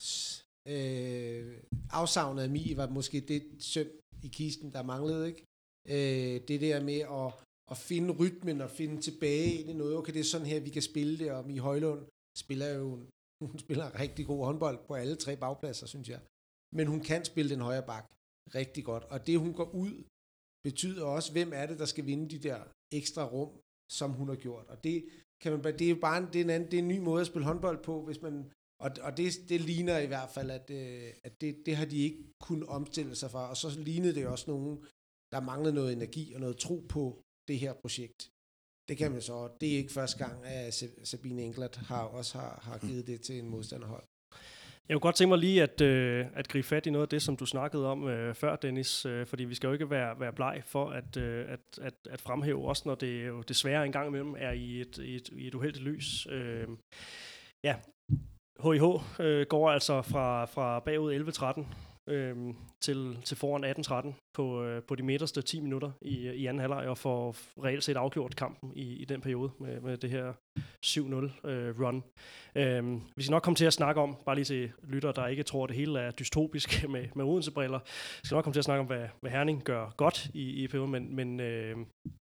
øh, afsavnet af Mie var måske det søm i kisten, der manglede, ikke? Øh, det der med at, at finde rytmen og finde tilbage ind i noget. Okay, det er sådan her, vi kan spille det, og Mie Højlund spiller jo, hun spiller rigtig god håndbold på alle tre bagpladser, synes jeg. Men hun kan spille den højre bak rigtig godt, og det hun går ud, betyder også, hvem er det, der skal vinde de der ekstra rum, som hun har gjort. Og det kan man det er jo bare en, det er en, anden, det er en ny måde at spille håndbold på, hvis man, og, og det, det ligner i hvert fald, at, øh, at det, det har de ikke kunnet omstille sig fra, og så lignede det også nogen, der manglede noget energi og noget tro på det her projekt. Det kan man så, det er ikke første gang, at Sabine Englert har også har, har givet det til en modstanderhold. Jeg kunne godt tænke mig lige at, øh, at gribe fat i noget af det, som du snakkede om øh, før, Dennis, øh, fordi vi skal jo ikke være, være bleg for at, øh, at, at, at fremhæve, også når det jo desværre en gang imellem er i et, i et, i et uheldigt lys. Øh, ja, H I H øh, går altså fra, fra bagud elleve tretten øh, til, til foran atten tretten på, øh, på de midterste ti minutter i, i anden halvleg, og får reelt set afgjort kampen i, i den periode med, med det her syv nul øh, run. Øh, vi skal nok komme til at snakke om, bare lige til lyttere, der ikke tror, at det hele er dystopisk med, med Odense-briller, vi skal nok komme til at snakke om, hvad, hvad Herning gør godt i, i perioden, men, men øh,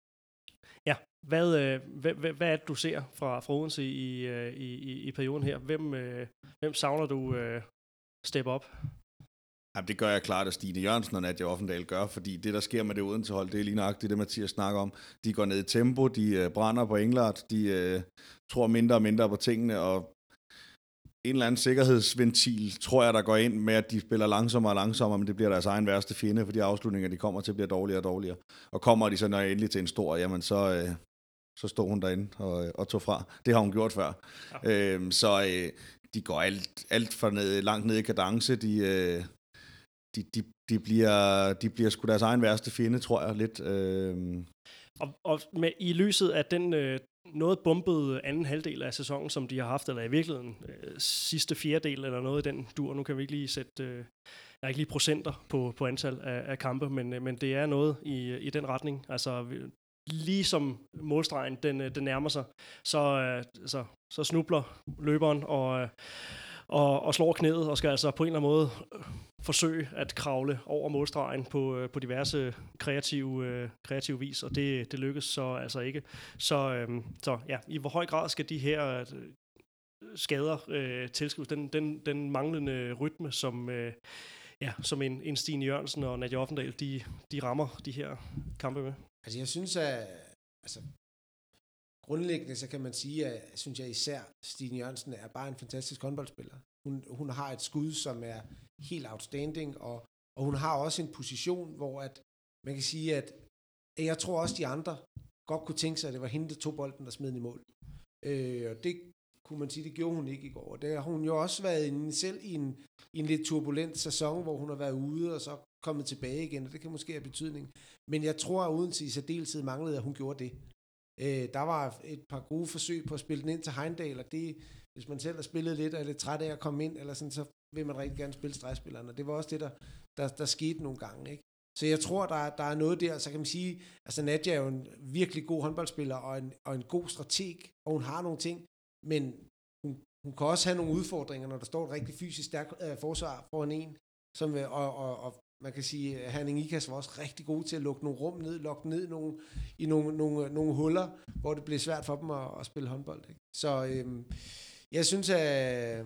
ja, hvad, øh, hvad, hvad, hvad er det, du ser fra, fra Odense i, øh, i, i perioden her? Hvem, øh, hvem savner du øh, step op? Jamen, det gør jeg klart, at Stine Jørgensen og Nadia Offendal gør, fordi det, der sker med det Odense-hold, det er lige nøjagtigt det, Mathias snakker om. De går ned i tempo, de øh, brænder på Englert, de øh, tror mindre og mindre på tingene, og en eller anden sikkerhedsventil, tror jeg, der går ind med, at de spiller langsommere og langsommere, men det bliver deres egen værste fjende, for de afslutninger, de kommer til, bliver dårligere og dårligere. Og kommer de så når endelig til en stor, jamen så, øh, så står hun derinde og, og tog fra. Det har hun gjort før. Ja. Øhm, så øh, de går alt, alt for ned, langt ned i kadence, de... Øh, De, de, de, bliver, de bliver sgu deres egen værste fjende, tror jeg, lidt. Øh. Og, og med, i lyset af den øh, noget bumpede anden halvdel af sæsonen, som de har haft, eller i virkeligheden øh, sidste fjerdedel, eller noget i den dur, nu kan vi ikke lige sætte, øh, jeg ikke lige procenter på, på antal af, af kampe, men, øh, men det er noget i, i den retning. Altså, lige som målstregen, den, den nærmer sig, så, øh, så, så snubler løberen og... Øh, Og, og slår knæet, og skal altså på en eller anden måde forsøge at kravle over målstregen på, på diverse kreative, kreative vis, og det, det lykkes så altså ikke. Så, øhm, så ja, i hvor høj grad skal de her skader øh, tilskrives den, den, den manglende rytme, som, øh, ja, som en, en Stine Jørgensen og Nadia Offendal, de, de rammer de her kampe med? Altså jeg synes, at altså, grundlæggende så kan man sige, at synes jeg især Stine Jørgensen er bare en fantastisk håndboldspiller. Hun, hun har et skud, som er helt outstanding, og, og hun har også en position, hvor at man kan sige, at jeg tror også, de andre godt kunne tænke sig, at det var hende, der tog bolden og smed den i mål. Øh, og det kunne man sige, det gjorde hun ikke i går. Det har hun jo også været inde selv i en, i en lidt turbulent sæson, hvor hun har været ude og så kommet tilbage igen, og det kan måske have betydning. Men jeg tror, at Odense i særdeleshed manglede, at hun gjorde det. Øh, der var et par gode forsøg på at spille den ind til Heindal, og det, hvis man selv har spillet lidt, og er lidt træt af at komme ind, eller sådan, så vil man rigtig gerne spille stregspilleren, og det var også det, der, der, der skete nogle gange, ikke? Så jeg tror, der, der er noget der, så kan man sige, altså Nadia er jo en virkelig god håndboldspiller, og en, og en god strateg, og hun har nogle ting, men hun, hun kan også have nogle udfordringer, når der står et rigtig fysisk stærkt øh, forsvar foran en, som, og, og, og man kan sige, at Herning Ikast var også rigtig god til at lukke nogle rum ned, lukke ned nogle, i nogle, nogle, nogle huller, hvor det blev svært for dem at, at spille håndbold. Ikke? Så øhm, jeg synes, at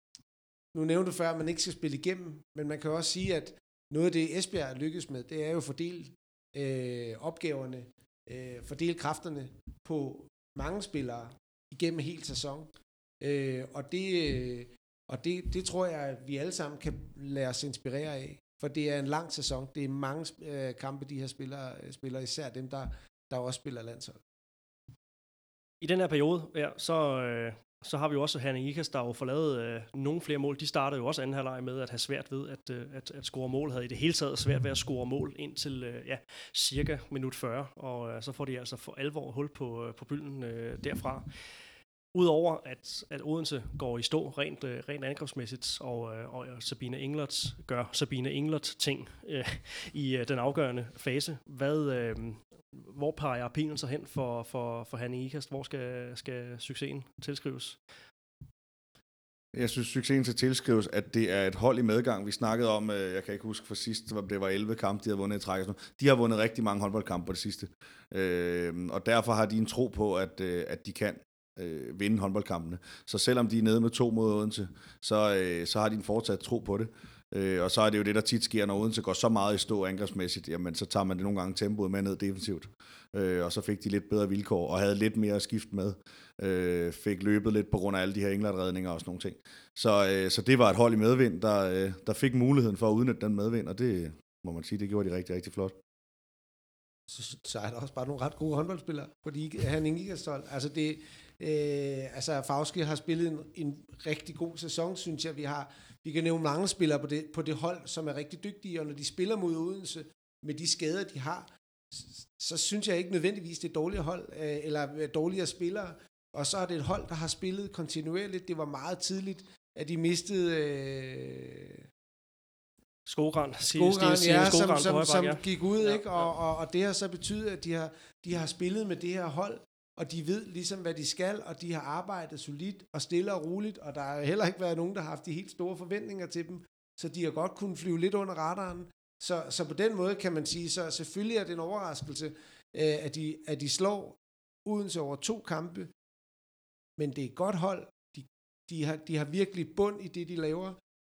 nu nævnte du før, at man ikke skal spille igennem, men man kan også sige, at noget af det Esbjerg lykkes med, det er jo at fordele øh, opgaverne, øh, fordele kræfterne på mange spillere igennem hele sæson. Øh, og det, øh, og det, det tror jeg, at vi alle sammen kan lade os inspirere af. For det er en lang sæson. Det er mange øh, kampe, de her spillere spiller, især dem, der, der også spiller landshold. I den her periode, ja, så, øh, så har vi jo også Herning Ikast, der jo får lavet øh, nogle flere mål. De starter jo også anden halvleg med at have svært ved at, øh, at, at score mål. Havde i det hele taget svært ved at score mål indtil øh, ja, cirka minut fyrre, og øh, så får de altså for alvor hul på, øh, på bylden øh, derfra. Udover at, at Odense går i stå rent, øh, rent angrebsmæssigt, og, øh, og Sabine Englert gør Sabine Englert ting øh, i øh, den afgørende fase. Hvad, øh, hvor peger pilen så hen for, for, for Herning Ikast? Hvor skal, skal succesen tilskrives? Jeg synes, succesen skal tilskrives, at det er et hold i medgang. Vi snakkede om, øh, jeg kan ikke huske for sidst, det var elleve kampe, de havde vundet i træk. De har vundet rigtig mange håndboldkampe på det sidste. Øh, og derfor har de en tro på, at, øh, at de kan øh, vinde håndboldkampene. Så selvom de er nede med to mod Odense, så, øh, så har de en fortsat tro på det. Øh, og så er det jo det, der tit sker, når Odense går så meget i stå angrebsmæssigt, jamen så tager man det nogle gange tempoet med ned defensivt. Øh, og så fik de lidt bedre vilkår, og havde lidt mere skift med. Øh, fik løbet lidt på grund af alle de her Englert-redninger og sådan nogle ting. Så, øh, så det var et hold i medvind, der, øh, der fik muligheden for at udnytte den medvind, og det må man sige, det gjorde de rigtig, rigtig flot. Så, så er der også bare nogle ret gode håndboldspillere på de Herning Ikast-hold. Altså det, øh, altså Fauske har spillet en, en rigtig god sæson, synes jeg. Vi har, vi kan nævne mange spillere på det, på det hold, som er rigtig dygtige, og når de spiller mod Odense med de skader, de har, så, så synes jeg ikke nødvendigvis, det er dårlige hold, øh, eller dårligere spillere. Og så er det et hold, der har spillet kontinuerligt. Det var meget tidligt, at de mistede øh, Skogran, Skogran, ja, som, som, som ja. gik ud, ja, ikke? Og, og, og det har så betydet, at de har, de har spillet med det her hold, og de ved ligesom, hvad de skal, og de har arbejdet solidt og stille og roligt, og der har heller ikke været nogen, der har haft de helt store forventninger til dem, så de har godt kunnet flyve lidt under radaren. Så, så på den måde kan man sige, så selvfølgelig er det en overraskelse, øh, at, de, at de slår Odense over to kampe, men det er et godt hold. De, de, har, de har virkelig bund i det, de laver.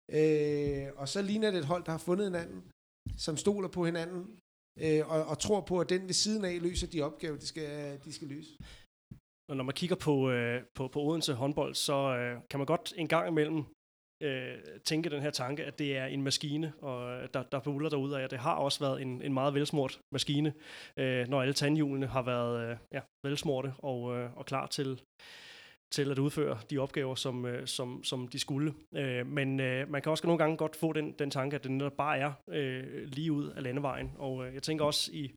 Øh, og så ligner det et hold, der har fundet hinanden, som stoler på hinanden, øh, og, og tror på, at den ved siden af løser de opgaver, de skal, de skal løse. Og når man kigger på, øh, på, på Odense håndbold, så øh, kan man godt en gang imellem øh, tænke den her tanke, at det er en maskine, og der, der buller derude af, at det har også været en, en meget velsmurt maskine, øh, når alle tandhjulene har været øh, ja, velsmurte og, øh, og klar til til at udføre de opgaver, som, øh, som, som de skulle. Øh, men øh, man kan også nogle gange godt få den, den tanke, at det netop bare er øh, lige ud af landevejen. Og øh, jeg tænker også i,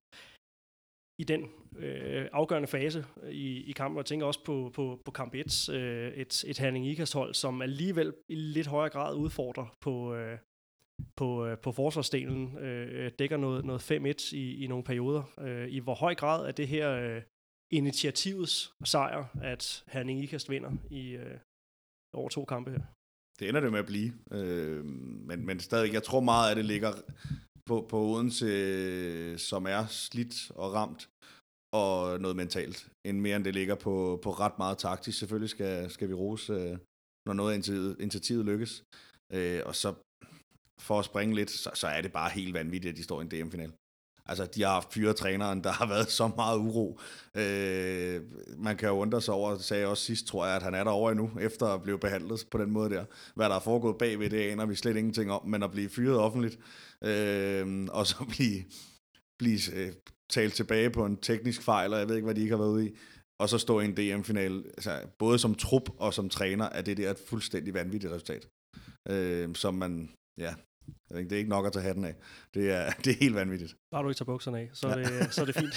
i den øh, afgørende fase i, i kampen, og jeg tænker også på, på, på kamp et, øh, et, et Herning Ikast-hold, som alligevel i lidt højere grad udfordrer på, øh, på, øh, på forsvarsdelen, øh, dækker noget, noget fem et i, i nogle perioder. Øh, I hvor høj grad er det her øh, initiativets sejr, at Herning Ikast vinder i øh, over to kampe her? Det ender det med at blive. Øh, men, men stadig, jeg tror meget, at det ligger på, på Odense, som er slidt og ramt, og noget mentalt, end mere end det ligger på, på ret meget taktisk. Selvfølgelig skal, skal vi rose, øh, når noget af initiativet, initiativet lykkes. Øh, og så for at springe lidt, så, så er det bare helt vanvittigt, at de står i en D M-final. Altså, de har haft fyret træneren, der har været så meget uro. Øh, man kan jo undre sig over, det sagde jeg også sidst, tror jeg, at han er derovre endnu, efter at blive behandlet på den måde der. Hvad der er foregået bagved, det aner vi slet ingenting om, men at blive fyret offentligt, øh, og så blive, blive øh, talt tilbage på en teknisk fejl, og jeg ved ikke, hvad de ikke har været ude i, og så stå i en D M-final, altså, både som trup og som træner, er det der et fuldstændig vanvittigt resultat. Øh, som man, ja... Det er ikke nok at tage hatten af. Det er, det er helt vanvittigt. Bare du ikke tager bukserne af, så er, ja. det, så er det fint.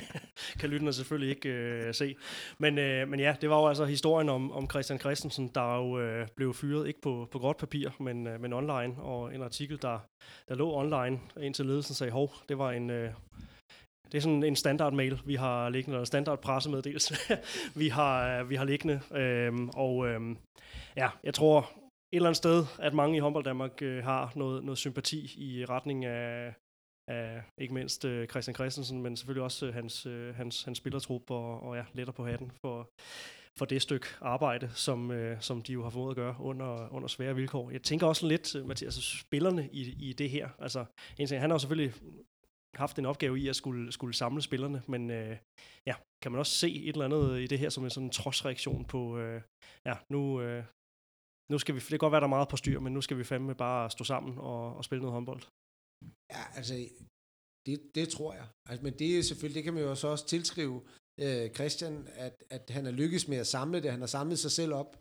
Kan lytterne selvfølgelig ikke øh, se. Men, øh, men ja, det var jo altså historien om, om Christian Christensen, der jo øh, blev fyret, ikke på, på gråt papir, men, øh, men online. Og en artikel, der, der lå online, indtil ledelsen sagde, hov, det var en... Øh, det er sådan en standard mail, vi har liggende, eller standard pressemeddelelse, vi har, vi har liggende. Øhm, og øhm, ja, jeg tror... et eller andet sted, at mange i håndbold Danmark øh, har noget, noget sympati i retning af, af ikke mindst øh, Christian Christensen, men selvfølgelig også øh, hans, øh, hans, hans spillertrup, og, og ja, letter på hatten for, for det stykke arbejde, som, øh, som de jo har formået at gøre under, under svære vilkår. Jeg tænker også lidt, Mathias, altså spillerne i, i det her. Altså, en ting, han har jo selvfølgelig haft en opgave i at skulle, skulle samle spillerne, men øh, ja, kan man også se et eller andet i det her som en sådan trodsreaktion på, øh, ja, nu... Øh, Nu skal vi, det kan godt være, der er meget på styr, men nu skal vi fandme bare stå sammen og, og spille noget håndbold. Ja, altså, det, det tror jeg. Altså, men det er selvfølgelig, det kan man jo så også tilskrive øh, Christian, at, at han er lykkes med at samle det. Han har samlet sig selv op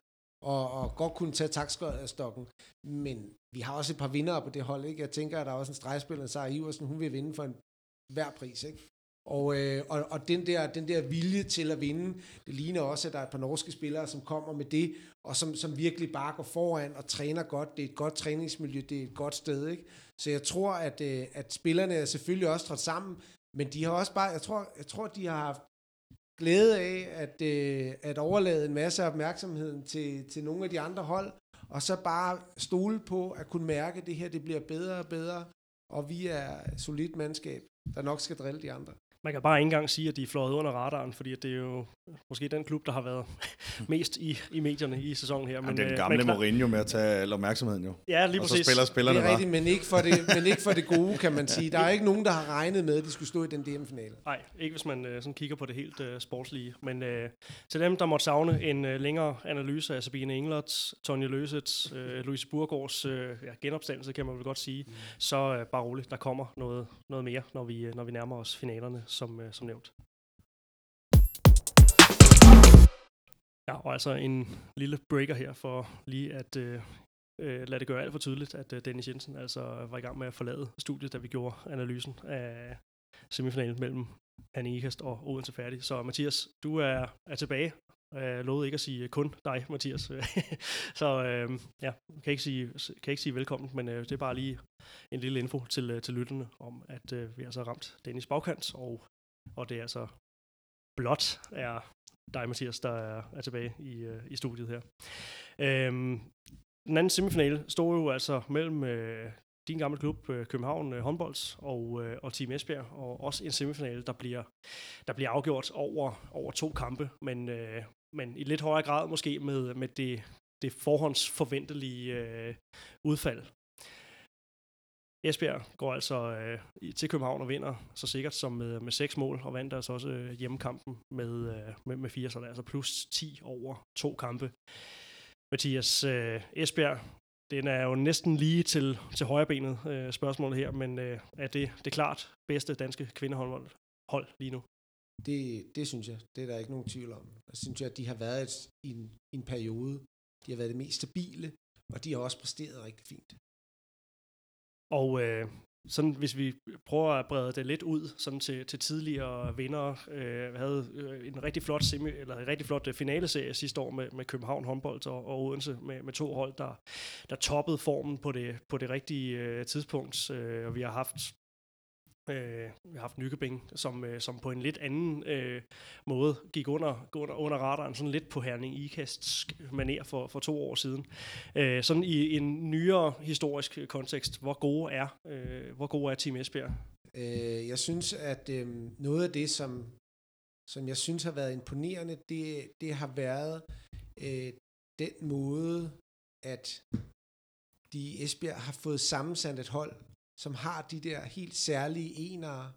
og, og godt kunne tage taktstokken. Men vi har også et par vindere på det hold, ikke? Jeg tænker, at der er også en stregspiller, Sara Iversen, hun vil vinde for en hver pris, ikke? Og, øh, og, og den, der, den der vilje til at vinde, det ligner også, at der er et par norske spillere, som kommer med det, og som, som virkelig bare går foran og træner godt. Det er et godt træningsmiljø, det er et godt sted, ikke? Så jeg tror, at, øh, at spillerne er selvfølgelig også trådt sammen, men de har også bare, jeg tror, jeg tror de har haft glæde af at, øh, at overlade en masse opmærksomhed til, til nogle af de andre hold, og så bare stole på at kunne mærke, at det her det bliver bedre og bedre, og vi er et solidt mandskab, der nok skal drille de andre. Man kan bare ikke engang sige, at de er fløjet under radaren, fordi det er jo måske den klub, der har været mest i, i medierne i sæsonen her. Men, men, den øh, gamle men klar, Mourinho med at tage al opmærksomheden jo. Ja, lige og præcis. så spiller spillerne det er bare. rigtigt, men ikke, for det, men ikke for det gode, kan man sige. Der er ikke nogen, der har regnet med, at de skulle stå i den D M-finale. Nej, ikke hvis man øh, sådan kigger på det helt øh, sportslige. Men øh, til dem, der måtte savne en øh, længere analyse af Sabine Englert, Tonje Løsets, øh, Louise Burgaards øh, ja, genopstandelse, kan man vel godt sige, mm. så øh, bare roligt, der kommer noget, noget mere, når vi, når vi nærmer os finalerne, som, øh, som nævnt. Ja, og altså en lille breaker her for lige at øh, øh, lade det gøre alt for tydeligt, at øh, Dennis Jensen altså var i gang med at forlade studiet, da vi gjorde analysen af semifinalen mellem Herning Ikast og Odense færdig. Så Mathias, du er, er tilbage. Jeg lovede ikke at sige kun dig, Mathias. Så øh, ja, kan ikke sige, kan ikke sige velkommen, men øh, det er bare lige en lille info til, til lytterne om, at øh, vi altså har ramt Dennis bagkant, og, og det er altså blot er dig, Mathias, der er, er tilbage i, øh, i studiet her. Øhm, den anden semifinale stod jo altså mellem øh, din gamle klub, øh, København øh, Håndbolds, og, øh, og Team Esbjerg, og også en semifinale, der bliver, der bliver afgjort over, over to kampe, men, øh, men i lidt højere grad måske med, med det, det forhåndsforventelige øh, udfald. Esbjerg går altså øh, til København og vinder så sikkert som med, med seks mål, og vandt altså også øh, hjemmekampen med, øh, med, med fire, så der er altså plus ti over to kampe. Mathias, øh, Esbjerg, den er jo næsten lige til, til højrebenet øh, spørgsmålet her, men øh, er det det klart bedste danske kvindehåndbold hold lige nu? Det, det synes jeg. Det er der ikke nogen tvivl om. Jeg synes jeg, at de har været et, i, en, i en periode. De har været det mest stabile, og de har også præsteret rigtig fint. Og øh, sådan, hvis vi prøver at brede det lidt ud sådan til, til tidligere vindere, øh, vi havde øh, en rigtig flot semi, eller en rigtig flot finaleserie sidste år med, med København Håndbold og, og Odense med, med to hold, der, der toppede formen på det, på det rigtige øh, tidspunkt. Øh, og vi har haft Øh, vi har haft Nykøbing, som, øh, som på en lidt anden øh, måde gik under, under, under radaren, sådan lidt på Herning Ikasts manér for, for to år siden. Øh, sådan i en nyere historisk kontekst, hvor gode er, øh, hvor gode er Team Esbjerg? Øh, jeg synes, at øh, noget af det, som, som jeg synes har været imponerende, det, det har været øh, den måde, at de i Esbjerg har fået sammensat et hold, som har de der helt særlige enere,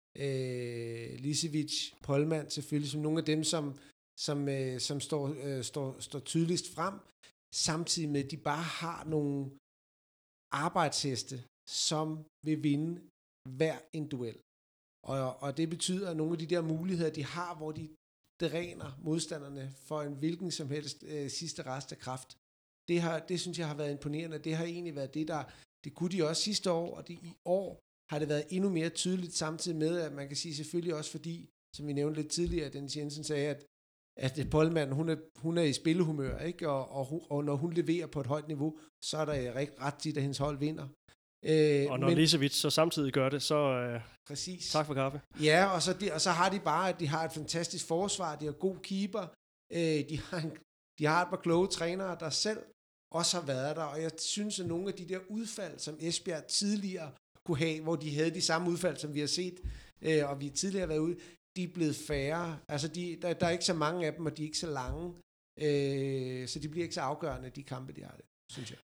øh, Lisevic, Polman selvfølgelig, som nogle af dem, som, som, øh, som står, øh, står, står tydeligst frem, samtidig med, at de bare har nogle arbejdsheste, som vil vinde hver en duel. Og, og det betyder, at nogle af de der muligheder, de har, hvor de dræner modstanderne for en hvilken som helst øh, sidste rest af kraft, det, har, det synes jeg har været imponerende. Det har egentlig været det, der det kunne de også sidste år, og det, i år har det været endnu mere tydeligt, samtidig med, at man kan sige selvfølgelig også fordi, som vi nævnte lidt tidligere, at Dennis Jensen sagde, at, at Polman, hun er, hun er i spillehumør, ikke? Og, og, og når hun leverer på et højt niveau, så er der ret, ret tit, at hendes hold vinder. Øh, og når men, Lisevic så samtidig gør det, så øh, præcis. Tak for kaffe. Ja, og så, de, og så har de bare, at de har et fantastisk forsvar, de har god keeper, øh, de, har en, de har et par kloge trænere, der selv også har været der, og jeg synes, at nogle af de der udfald, som Esbjerg tidligere kunne have, hvor de havde de samme udfald, som vi har set, øh, og vi tidligere har været ude, de er blevet færre. Altså, de, der, der er ikke så mange af dem, og de er ikke så lange, øh, så de bliver ikke så afgørende, de kampe, de har det, synes jeg.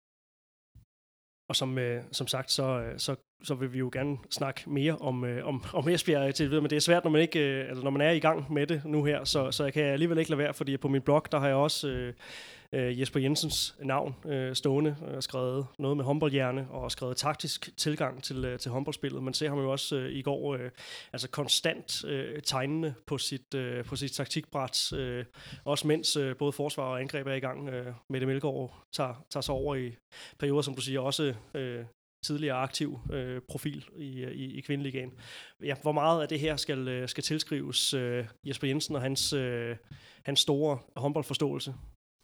Og som, øh, som sagt, så, så, så vil vi jo gerne snakke mere om, øh, om, om Esbjerg til videre, men det er svært, når man, ikke, øh, altså, når man er i gang med det nu her, så, så jeg kan alligevel ikke lade være, fordi på min blog, der har jeg også øh, øh, Jesper Jensens navn øh, stående, øh, skrevet noget med håndboldhjerne og skrevet taktisk tilgang til, øh, til håndboldspillet. Man ser ham jo også øh, i går øh, altså konstant øh, tegnende på sit, øh, på sit taktikbræt, øh, også mens øh, både forsvar og angreb er i gang. Øh, Mette Melgaard tager, tager sig over i perioder, som du siger, også øh, tidligere aktiv øh, profil i, i, i kvindeligaen. Ja, hvor meget af det her skal, skal tilskrives øh, Jesper Jensen og hans, øh, hans store håndboldforståelse?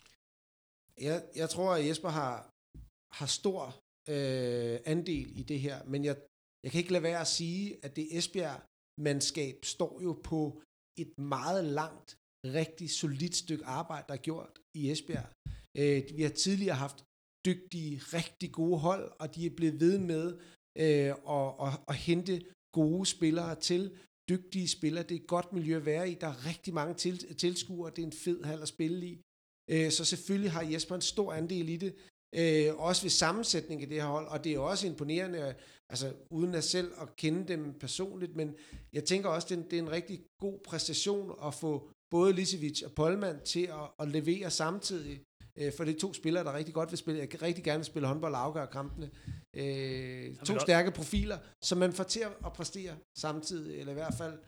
Jeg, jeg tror, at Jesper har, har stor øh, andel i det her, men jeg, jeg kan ikke lade være at sige, at det Esbjerg-mandskab står jo på et meget langt, rigtig solidt stykke arbejde, der er gjort i Esbjerg. Øh, vi har tidligere haft dygtige, rigtig gode hold, og de er blevet ved med øh, at, at, at hente gode spillere til. Dygtige spillere, det er et godt miljø at være i. Der er rigtig mange til, tilskuere, det er en fed hal at spille i. Øh, så selvfølgelig har Jesper en stor andel i det, øh, også ved sammensætning af det her hold, og det er også imponerende, altså uden at selv at kende dem personligt, men jeg tænker også, det er en, det er en rigtig god præstation at få både Lisevic og Polman til at, at levere samtidig. For det er to spillere, der rigtig godt vil spille, jeg rigtig gerne vil spille håndbold og afgøre kampene. Øh, to stærke profiler, som man får til at præstere samtidig, eller i hvert fald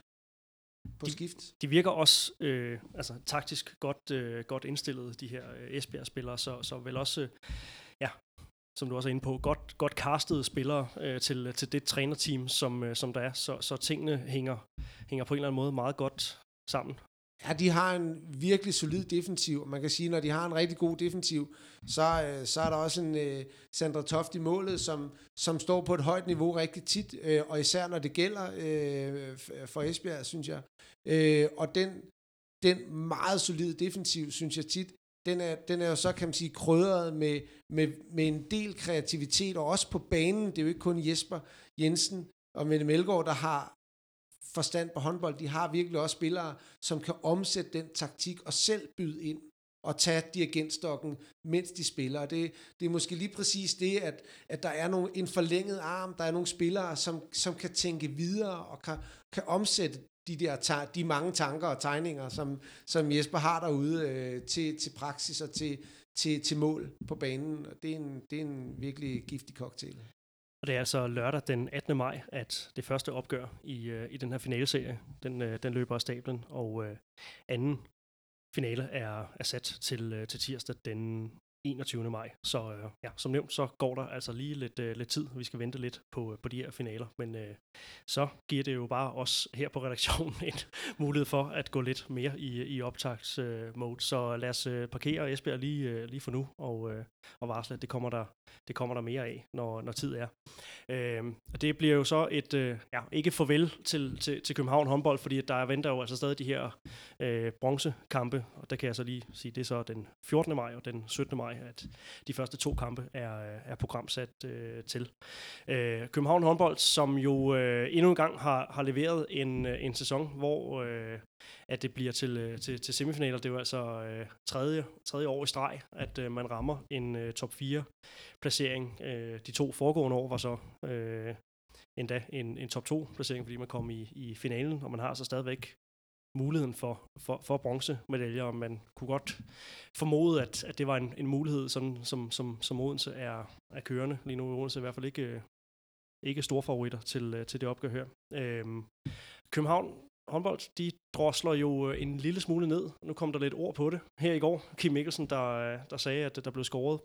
på de, skift. De virker også øh, altså, taktisk godt, øh, godt indstillet, de her øh, Esbjerg-spillere, så, så vel også, øh, ja, som du også er inde på, godt, godt castede spillere øh, til, til det trænerteam, som, øh, som der er, så, så tingene hænger, hænger på en eller anden måde meget godt sammen. Ja, de har en virkelig solid defensiv. Man kan sige, når de har en rigtig god defensiv, så, så er der også en uh, Sandra Toft i målet, som, som står på et højt niveau rigtig tit, uh, og især når det gælder uh, for Esbjerg, synes jeg. Uh, og den, den meget solide defensiv, synes jeg tit, den er, den er jo så, kan man sige, krydret med, med, med en del kreativitet, og også på banen. Det er jo ikke kun Jesper Jensen og Mette Melgaard, der har forstand på håndbold. De har virkelig også spillere, som kan omsætte den taktik og selv byde ind og tage dirigentstokken, mens de spiller. Og det, det er måske lige præcis det, at, at der er nogle, en forlænget arm, der er nogle spillere, som, som kan tænke videre og kan, kan omsætte de, der, de mange tanker og tegninger, som, som Jesper har derude øh, til, til praksis og til, til, til mål på banen. Og det er en, det er en virkelig giftig cocktail. Og det er altså lørdag den attende maj, at det første opgør i, uh, i den her finaleserie, den, uh, den løber af stablen, og uh, anden finale er, er sat til, uh, til tirsdag den enogtyvende maj. Så uh, ja, som nævnt, så går der altså lige lidt, uh, lidt tid. Vi skal vente lidt på, uh, på de her finaler, men uh, så giver det jo bare os her på redaktionen en mulighed for at gå lidt mere i, i optagsmode. Uh, så lad os uh, parkere Esbjerg lige, uh, lige for nu og, uh, og varsle, at det kommer der Det kommer der mere af, når, når tid er. Øhm, og det bliver jo så et, øh, ja, ikke farvel til, til, til København håndbold, fordi der venter jo altså stadig de her øh, bronzekampe, og der kan jeg så lige sige, det er så den fjortende maj og den syttende maj, at de første to kampe er, er programsat øh, til. Øh, København håndbold, som jo øh, endnu en gang har, har leveret en, en sæson, hvor øh, at det bliver til, til, til semifinaler. Det er jo altså øh, tredje, tredje år i streg, at øh, man rammer en øh, top fire placering. Øh, de to foregående år var så øh, endda en, en top to placering, fordi man kom i, i finalen, og man har så stadigvæk muligheden for, for, for bronzemedaljer, og man kunne godt formode, at, at det var en, en mulighed, som, som, som, som Odense er, er kørende. Lige nu er Odense i hvert fald ikke, ikke store favoritter til, til det opgør her. Øh, København håndbold, de drosler jo en lille smule ned. Nu kom der lidt ord på det her i går. Kim Mikkelsen, der, der sagde, at der blev skåret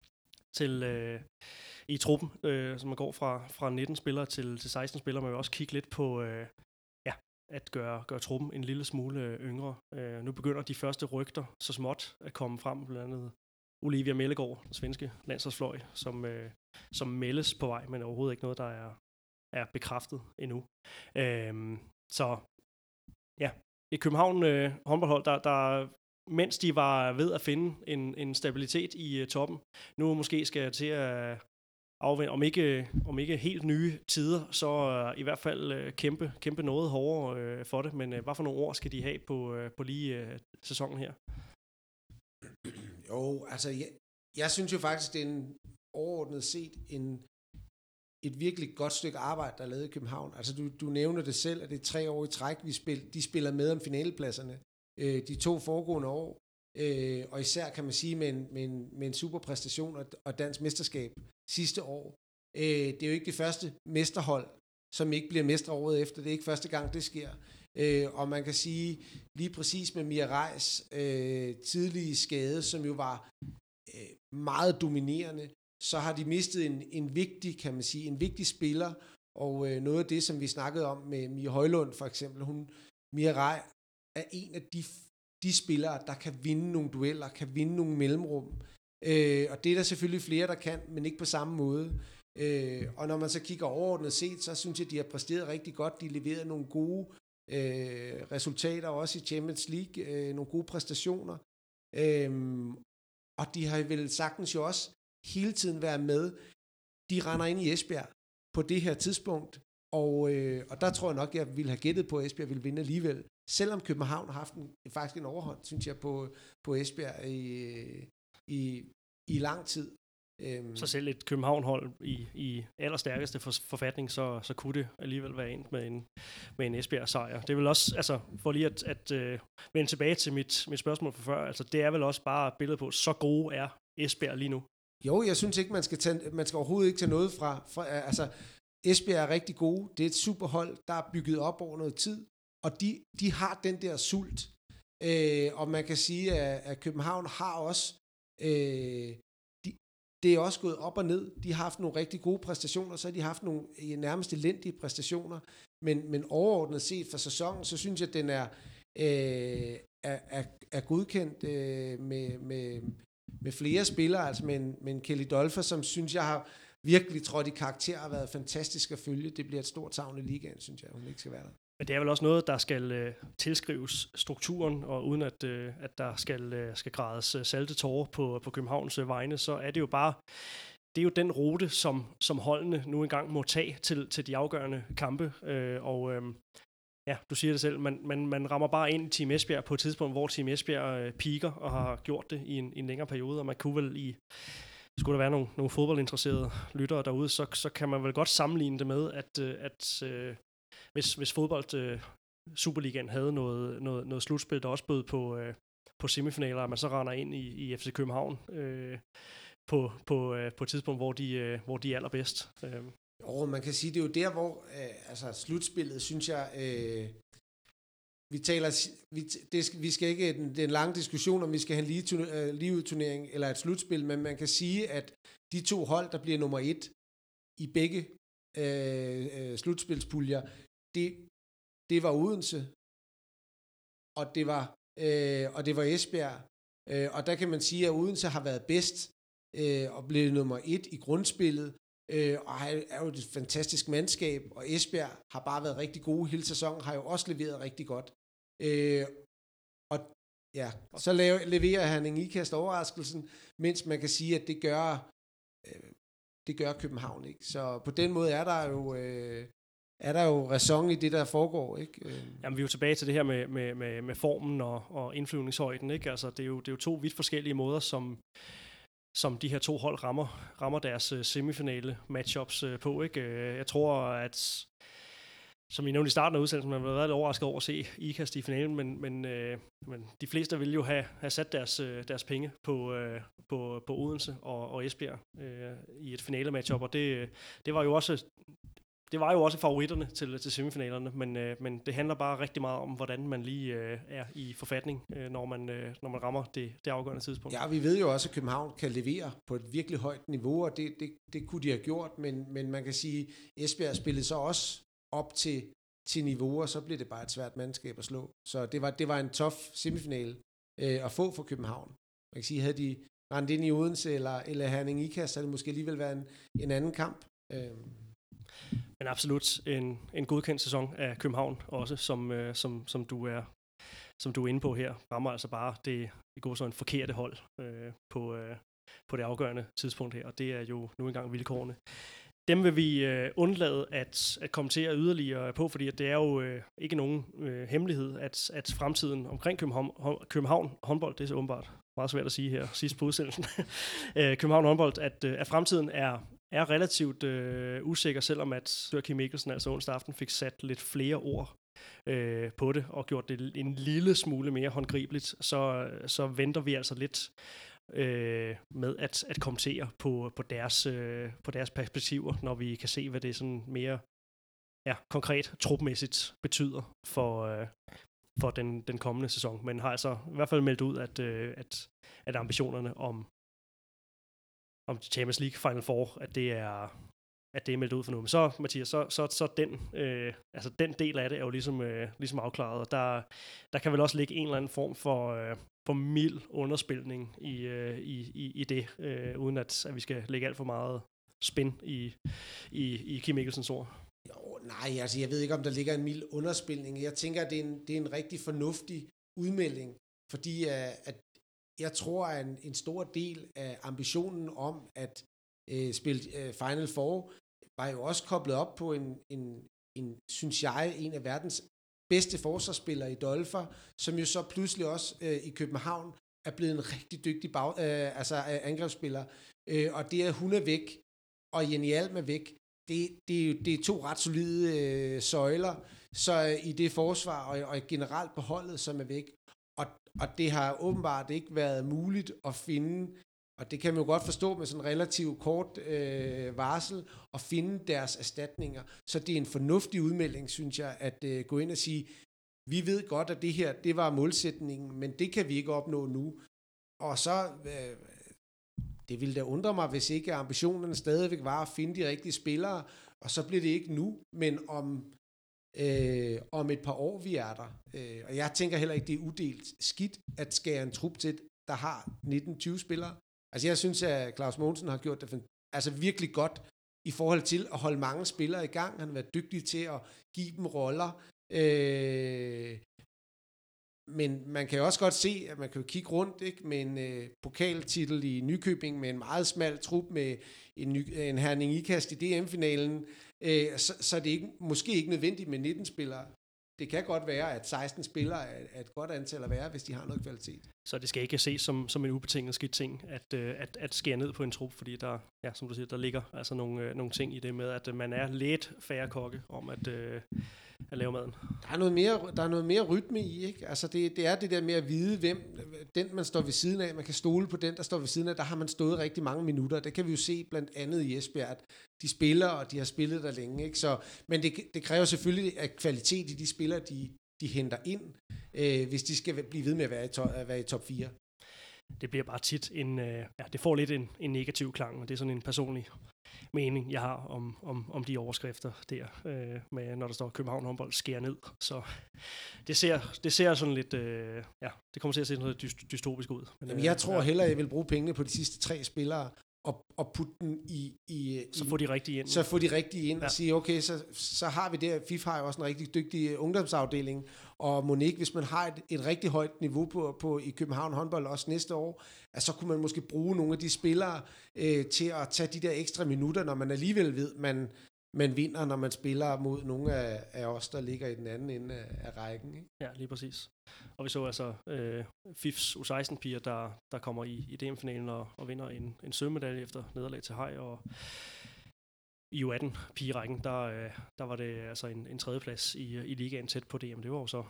til, øh, i truppen, øh, så man går fra, fra nitten spillere til, til seksten spillere. Man vil også kigge lidt på øh, ja, at gøre, gøre truppen en lille smule øh, yngre. Øh, nu begynder de første rygter så småt at komme frem, blandt andet Olivia Mellegaard, den svenske landsholdsfløj, som, øh, som meldes på vej, men overhovedet ikke noget, der er, er bekræftet endnu. Øh, så ja, i København øh, håndboldhold, der, der mens de var ved at finde en, en stabilitet i uh, toppen, nu måske skal jeg til at afvente, om ikke, om ikke helt nye tider, så uh, i hvert fald uh, kæmpe, kæmpe noget hårdere uh, for det. Men uh, hvad for nogle ord skal de have på, uh, på lige uh, sæsonen her? Jo, altså jeg, jeg synes jo faktisk, det er en overordnet set en et virkelig godt stykke arbejde, der er lavet i København. Altså du, du nævner det selv, at det er tre år i træk, vi spil, de spiller med om finalepladserne. Øh, de to foregående år, øh, og især kan man sige med en, med en, med en super præstation og, og dansk mesterskab sidste år. Øh, det er jo ikke det første mesterhold, som ikke bliver mestre året efter. Det er ikke første gang, det sker. Øh, og man kan sige, lige præcis med Mia Reis øh, tidlige skade, som jo var øh, meget dominerende, så har de mistet en, en vigtig, kan man sige, en vigtig spiller, og øh, noget af det, som vi snakkede om med Mia Højlund for eksempel, hun, Mia Reis er en af de, de spillere, der kan vinde nogle dueller, kan vinde nogle mellemrum, øh, og det er der selvfølgelig flere, der kan, men ikke på samme måde. Øh, og når man så kigger overordnet set, så synes jeg, de har præsteret rigtig godt. De leverede nogle gode øh, resultater, også i Champions League, øh, nogle gode præstationer. Øh, og de har vel sagtens jo også hele tiden været med. De render ind i Esbjerg på det her tidspunkt, og, øh, og der tror jeg nok, jeg ville have gættet på, at Esbjerg ville vinde alligevel. Selvom København har haft en, faktisk en overhånd, synes jeg, på, på Esbjerg i, i, i lang tid. Så selv et København-hold i, i allerstærkeste for, forfatning, så, så kunne det alligevel være endt med en, med en Esbjerg-sejr. Det er vel også, altså for lige at, at uh, vende tilbage til mit, mit spørgsmål fra før, altså det er vel også bare et billede på, så gode er Esbjerg lige nu? Jo, jeg synes ikke, man skal, tage, man skal overhovedet ikke tage noget fra, fra altså Esbjerg er rigtig gode, det er et superhold, der er bygget op over noget tid, og de, de har den der sult, øh, og man kan sige, at, at København har også øh, det er også gået op og ned. De har haft nogle rigtig gode præstationer, så har de haft nogle nærmest elendige præstationer. Men, men overordnet set for sæsonen, så synes jeg, at den er, øh, er, er, er godkendt øh, med, med, med flere spillere. Altså med en, med en Kelly Dolfer, som synes jeg har virkelig trådt i karakter og har været fantastisk at følge. Det bliver et stort tavn i ligaen, synes jeg, hun ikke skal være der. Men det er vel også noget, der skal øh, tilskrives strukturen, og uden at, øh, at der skal, øh, skal grædes øh, salte tårer på, på Københavns øh, vegne, så er det jo bare, det er jo den rute, som, som holdene nu engang må tage til, til de afgørende kampe, øh, og øh, ja, du siger det selv, man, man, man rammer bare ind i Team Esbjerg på et tidspunkt, hvor Team Esbjerg øh, peaker og har gjort det i en, i en længere periode, og man kunne vel i, skulle der være nogle, nogle fodboldinteresserede lyttere derude, så, så kan man vel godt sammenligne det med, at, øh, at øh, Hvis, hvis fodbold øh, Superligaen havde noget, noget, noget slutspil, der også bød på, øh, på semifinaler, at man så render ind i, i F C København øh, på, på, øh, på et tidspunkt, hvor de, øh, hvor de er allerbedst. Øh. Jo, man kan sige, det er jo der, hvor øh, altså slutspillet, synes jeg, øh, vi taler, vi, det, vi skal ikke, det er en lang diskussion, om vi skal have en lige, uh, ligeudturnering eller et slutspil, men man kan sige, at de to hold, der bliver nummer et i begge øh, øh, slutspilspuljer, det, det var Odense, og det var, øh, og det var Esbjerg, øh, og der kan man sige, at Odense har været bedst øh, og blevet nummer et i grundspillet, øh, og er jo et fantastisk mandskab, og Esbjerg har bare været rigtig gode hele sæsonen, har jo også leveret rigtig godt. Øh, og ja, så leverer Herning Ikast overraskelsen, mens man kan sige, at det gør, øh, det gør København, ikke? Så på den måde er der jo... Øh, er der jo ræson i det, der foregår, ikke? Jamen, vi er jo tilbage til det her med, med, med, med formen og, og indflyvningshøjden, ikke? Altså, det er, jo, det er jo to vidt forskellige måder, som, som de her to hold rammer, rammer deres uh, semifinale matchups uh, på, ikke? Jeg tror, at som I nævnte i starten af udsendelsen, man har været lidt overrasket over at se Ikast i finalen, men, men, øh, men de fleste vil jo have, have sat deres, øh, deres penge på, øh, på, på Odense og, og Esbjerg øh, i et finale matchup, og det, det var jo også... Det var jo også favoritterne til, til semifinalerne, men, øh, men det handler bare rigtig meget om, hvordan man lige øh, er i forfatning, øh, når, man, øh, når man rammer det, det afgørende tidspunkt. Ja, vi ved jo også, at København kan levere på et virkelig højt niveau, og det, det, det kunne de have gjort, men, men man kan sige, at Esbjerg spillede så også op til, til niveauer, så blev det bare et svært mandskab at slå. Så det var, det var en tough semifinale øh, at få for København. Man kan sige, havde de rendt ind i Odense eller, eller Herning Ikast, så havde det måske alligevel været en, en anden kamp. Øh. Men absolut en, en godkendt sæson af København også, som, øh, som, som, du er, som du er inde på her. Rammer altså bare det, det går så en forkerte hold øh, på, øh, på det afgørende tidspunkt her, og det er jo nu engang vilkårene. Dem vil vi øh, undlade at, at kommentere yderligere på, fordi det er jo øh, ikke nogen øh, hemmelighed, at, at fremtiden omkring København, København håndbold, det er så åbenbart meget svært at sige her sidst på udsendelsen, København håndbold, at, at fremtiden er er relativt øh, usikker, selvom at Kim Mikkelsen altså onsdag aften fik sat lidt flere ord øh, på det, og gjort det en lille smule mere håndgribeligt, så, så venter vi altså lidt øh, med at, at kommentere på, på, deres, øh, på deres perspektiver, når vi kan se, hvad det sådan mere ja, konkret trupmæssigt betyder for, øh, for den, den kommende sæson. Men har altså i hvert fald meldt ud, at, øh, at, at ambitionerne om, om Champions League Final Four, at det er, at det er meldt ud for nu. Men så, Mathias, så, så, så den, øh, altså den del af det er jo ligesom, øh, ligesom afklaret, og der, der kan vel også ligge en eller anden form for, øh, for mild underspilning i, øh, i, i, i det, øh, uden at, at vi skal lægge alt for meget spin i, i, i Kim Mikkelsens ord. Jo, nej, altså jeg ved ikke, om der ligger en mild underspilning. Jeg tænker, at det er en, det er en rigtig fornuftig udmelding, fordi uh, at jeg tror, at en, en stor del af ambitionen om at uh, spille uh, Final Four var jo også koblet op på en, en, en, synes jeg, en af verdens bedste forsvarsspillere i Dolfer, som jo så pludselig også uh, i København er blevet en rigtig dygtig bag, uh, altså, uh, angrebsspiller. Uh, og det er hun er væk, og Jenny Alm er væk. Det, det, er, det er to ret solide øh, søjler så øh, i det forsvar og, og generelt på holdet, som er væk. Og, og det har åbenbart ikke været muligt at finde, og det kan man jo godt forstå med sådan relativt kort øh, varsel, at finde deres erstatninger. Så det er en fornuftig udmelding, synes jeg, at øh, gå ind og sige, vi ved godt, at det her, det var målsætningen, men det kan vi ikke opnå nu. Og så... Øh, Det ville da undre mig, hvis ikke ambitionerne stadigvæk var at finde de rigtige spillere, og så bliver det ikke nu, men om, øh, om et par år, vi er der. Øh, og jeg tænker heller ikke, det er udelt skidt at skære en trup til, der har nitten tyve spillere. Altså jeg synes, at Claus Mogensen har gjort det altså virkelig godt i forhold til at holde mange spillere i gang. Han har været dygtig til at give dem roller. Øh, Men man kan jo også godt se, at man kan jo kigge rundt ikke, med en øh, pokaltitel i Nykøbing, med en meget smal trup, med en, ny, en Herning Ikast i D M-finalen, øh, så, så det er ikke, måske ikke nødvendigt med nitten spillere. Det kan godt være, at seksten spillere er, er et godt antal at være, hvis de har noget kvalitet. Så det skal ikke ses som, som en ubetinget skidt ting, at, øh, at, at skære ned på en trup, fordi der, ja, som du siger, der ligger altså nogle, øh, nogle ting i det med, at man er lidt færre kokke om at... Øh, at lave maden. Der er noget mere, der er noget mere rytme i, ikke? Altså det, det er det der med at vide, hvem den man står ved siden af, man kan stole på den, der står ved siden af, der har man stået rigtig mange minutter. Det kan vi jo se blandt andet i Esbjerg, at de spiller, og de har spillet der længe, ikke? Så, men det, det kræver selvfølgelig at kvalitet i de spillere, de, de henter ind, øh, hvis de skal blive ved med at være i, to, at være i top fire. Det bliver bare tit en, øh, ja, det får lidt en, en negativ klang, og det er sådan en personlig mening, jeg har om, om, om de overskrifter der, øh, med, når der står København håndbold skærer ned. Så det ser, det ser sådan lidt, øh, ja, det kommer til at se noget dyst, dystopisk ud. Men, Jamen, jeg tror hellere, jeg vil bruge pengene på de sidste tre spillere, og, og putte den i... i så får de rigtige ind. Så får de rigtige ind, ja. Og sige, okay, så, så har vi det. F I F har jo også en rigtig dygtig ungdomsafdeling, og Monique, hvis man har et, et rigtig højt niveau på, på i København håndbold også næste år, at så kunne man måske bruge nogle af de spillere øh, til at tage de der ekstra minutter, når man alligevel ved, man man vinder, når man spiller mod nogle af, af os, der ligger i den anden ende af, af rækken. Ikke? Ja, lige præcis. Og vi så altså øh, F I F's U seksten-piger, der, der kommer i, i D M-finalen og, og vinder en, en sølvmedalje efter nederlag til Haj, og i U atten-pigerækken, der, øh, der var det altså en, en tredjeplads i, i ligaen tæt på D M. Det var jo så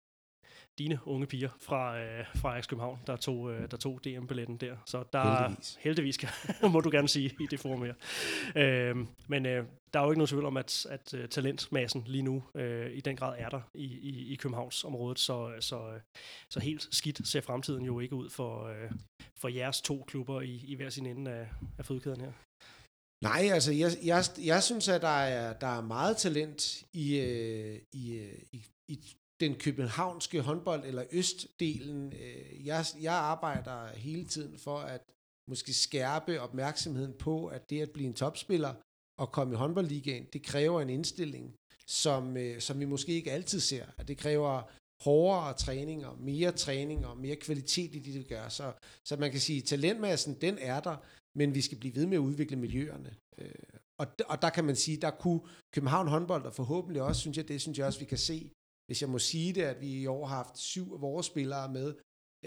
dine unge piger fra, øh, fra Ajax København, der tog, øh, der tog D M-billetten der. Så der heldigvis, heldigvis kan, må du gerne sige i det forum her. Øh, men øh, der er jo ikke noget tvivl om, at, at uh, talentmassen lige nu øh, i den grad er der i, i, i Københavnsområdet, så, så, så helt skidt ser fremtiden jo ikke ud for, øh, for jeres to klubber i, i hver sin ende af, af fødekæden her. Nej, altså jeg, jeg, jeg synes, at der er, der er meget talent i, øh, i, i, i den københavnske håndbold, eller østdelen. Jeg, jeg arbejder hele tiden for at måske skærpe opmærksomheden på, at det at blive en topspiller og komme i håndboldligaen, det kræver en indstilling, som, som vi måske ikke altid ser. At det kræver hårdere træninger, mere træning og mere kvalitet i det, vi gør. Så, så man kan sige, at talentmassen, den er der, men vi skal blive ved med at udvikle miljøerne. Og, og der kan man sige, der kunne København håndbold, og forhåbentlig også, synes jeg, det synes jeg også, vi kan se, hvis jeg må sige det, at vi i år har haft syv af vores spillere med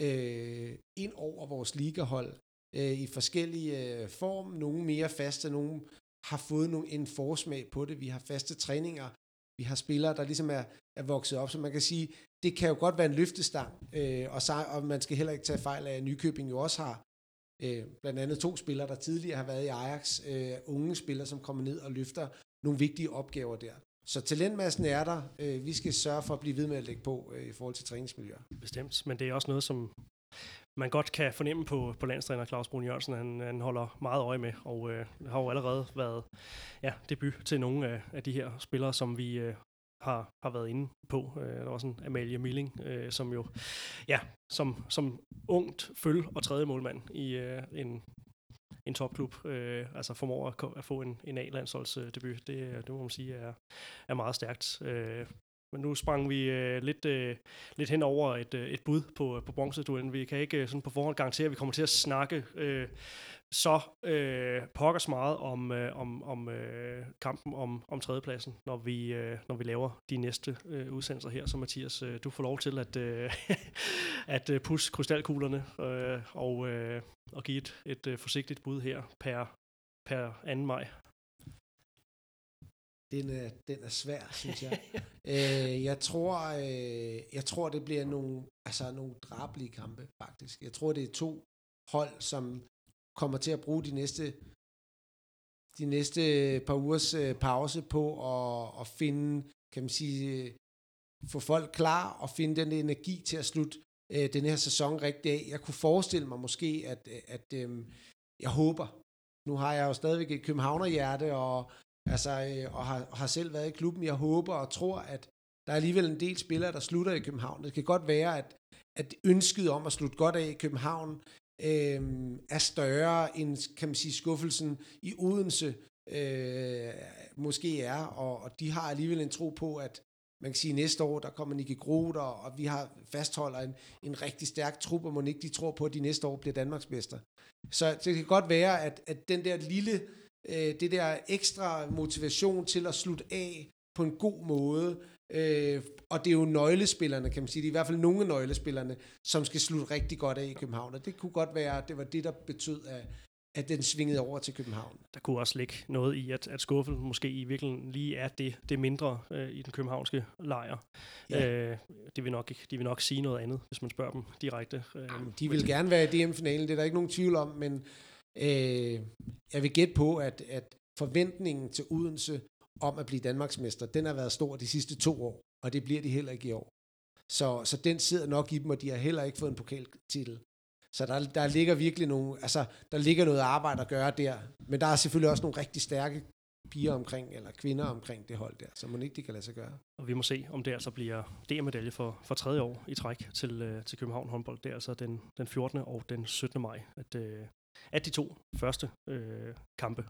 øh, ind over vores ligahold øh, i forskellige øh, form. Nogle mere faste, nogle har fået nogle, en forsmag på det. Vi har faste træninger Vi har spillere, der ligesom er, er vokset op, så man kan sige, det kan jo godt være en løftestang, øh, og, så, og man skal heller ikke tage fejl af, at Nykøbing jo også har øh, blandt andet to spillere, der tidligere har været i Ajax, øh, unge spillere, som kommer ned og løfter nogle vigtige opgaver der. Så talentmassen er der. Øh, vi skal sørge for at blive ved med at lægge på øh, i forhold til træningsmiljøer. Bestemt, men det er også noget, som man godt kan fornemme på, på landstræner Claus Brun Jørgensen. Han, han holder meget øje med, og øh, har jo allerede været ja, debut til nogle af, af de her spillere, som vi øh, har, har været inde på. Øh, der var sådan Amalie Milling, øh, som jo ja, som, som ungt føl- og tredje målmand i øh, en en topklub, øh, altså formår at, at få en, en A-landsholdsdebut. Det, det må man sige er, er meget stærkt. Øh, men nu sprang vi øh, lidt, øh, lidt hen over et, øh, et bud på, på bronzeduellen. Vi kan ikke øh, sådan på forhånd garantere, at vi kommer til at snakke øh, så øh, pokkers meget om, øh, om, om øh, kampen om, om tredjepladsen, når vi, øh, når vi laver de næste øh, udsendelser her. Så Mathias, øh, du får lov til at, øh, at øh, pusse krystalkuglerne øh, og, øh, og give et, et øh, forsigtigt bud her per, per anden maj. Den er, den er svær, synes jeg. øh, jeg, tror, øh, jeg tror, det bliver nogle, altså nogle drabelige kampe, faktisk. Jeg tror, det er to hold, som kommer til at bruge de næste, de næste par ugers øh, pause på at, at finde, kan man sige, øh, få folk klar og finde den energi til at slutte øh, den her sæson rigtig af. Jeg kunne forestille mig måske, at, at øh, jeg håber, nu har jeg jo stadigvæk et københavnerhjerte, og Altså, øh, og, har, og har selv været i klubben. Jeg håber og tror, at der er alligevel en del spillere, der slutter i København. Det kan godt være, at, at ønsket om at slutte godt af i København øh, er større end, kan man sige, skuffelsen i Odense øh, måske er. Og, og de har alligevel en tro på, at man kan sige, at næste år, der kommer Nicky Groth, og, og vi har fastholder en, en rigtig stærk trup, og må ikke de tror på, at de næste år bliver Danmarksmester. Så, så det kan godt være, at, at den der lille det der ekstra motivation til at slutte af på en god måde, øh, og det er jo nøglespillerne, kan man sige, det er i hvert fald nogle af nøglespillerne, som skal slutte rigtig godt af i København, og det kunne godt være, at det var det, der betød, at, at den svingede over til København. Der kunne også ligge noget i, at, at skuffel måske i virkeligheden lige er det, det mindre øh, i den københavnske lejr. Ja. Øh, de, vil nok, de vil nok sige noget andet, hvis man spørger dem direkte. Øh, Jamen, de vil gerne være i D M-finalen, det er der ikke nogen tvivl om, men Øh, jeg vil gætte på, at, at forventningen til Odense om at blive Danmarksmester, den har været stor de sidste to år, og det bliver de heller ikke i år. Så, så den sidder nok i dem, og de har heller ikke fået en pokaltitel. Så der, der ligger virkelig nogle, altså, der ligger noget arbejde at gøre der, men der er selvfølgelig også nogle rigtig stærke piger omkring, eller kvinder omkring det hold der, så man ikke det kan lade sig gøre. Og vi må se, om det altså bliver D M-medalje for, for tredje år i træk til, øh, til København håndbold. Det er altså den, den fjortende og den syttende maj, at øh, at de to første øh, kampe,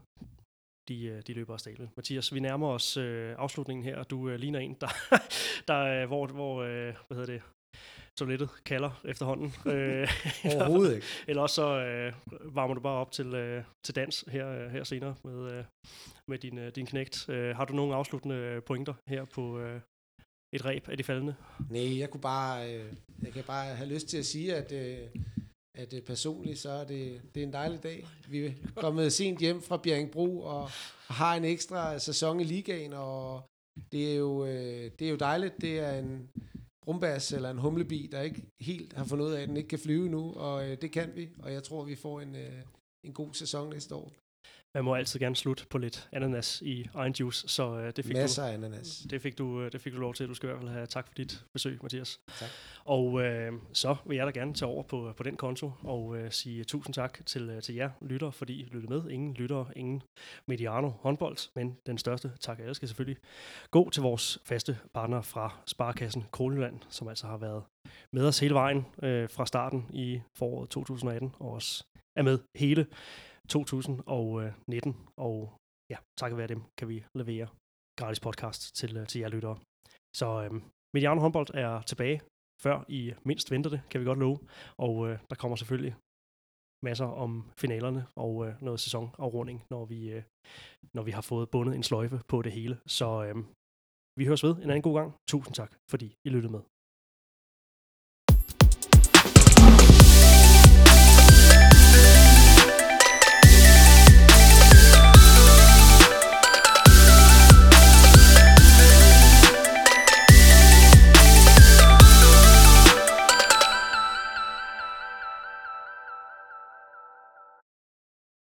de, de løber af stablen. Mathias, vi nærmer os øh, afslutningen her, og du øh, ligner en, der, der hvor, hvor øh, hvad hedder det, toilettet kalder efterhånden. Overhovedet ikke. Eller også så øh, varmer du bare op til, øh, til dans her, her senere med, øh, med din, øh, din knægt. Øh, har du nogle afsluttende pointer her på øh, et reb af de faldende? Nej, jeg kunne bare, øh, jeg kan bare have lyst til at sige, at øh, at det personligt, så er det, det er en dejlig dag. Vi er kommet sent hjem fra Bjerringbro og har en ekstra sæson i ligaen, og det er jo, det er jo dejligt. Det er en brumbas eller en humlebi, der ikke helt har fundet ud af, at den ikke kan flyve nu, og det kan vi, og jeg tror, vi får en, en god sæson næste år. Man må altid gerne slutte på lidt ananas i egen juice, så øh, det fik Masser du, af ananas. Det fik, du, det fik du lov til. Du skal i hvert fald have tak for dit besøg, Mathias. Tak. Og øh, så vil jeg da gerne tage over på, på den konto og øh, sige tusind tak til, til jer lyttere, fordi I lyttede med. Ingen lyttere, ingen Mediano håndbold, men den største tak af alle skal selvfølgelig gå til vores faste partner fra Sparekassen Kronjylland, som altså har været med os hele vejen øh, fra starten i foråret to tusind og atten, og også er med hele to tusind og nitten, og ja, takket være dem kan vi levere gratis podcast til, til jer lyttere. Så øhm, Mediano håndbold er tilbage, før I mindst venter det, kan vi godt love, og øh, der kommer selvfølgelig masser om finalerne og øh, noget sæsonafrunding, når vi, øh, når vi har fået bundet en sløjfe på det hele. Så øh, vi høres ved en anden god gang. Tusind tak, fordi I lyttede med.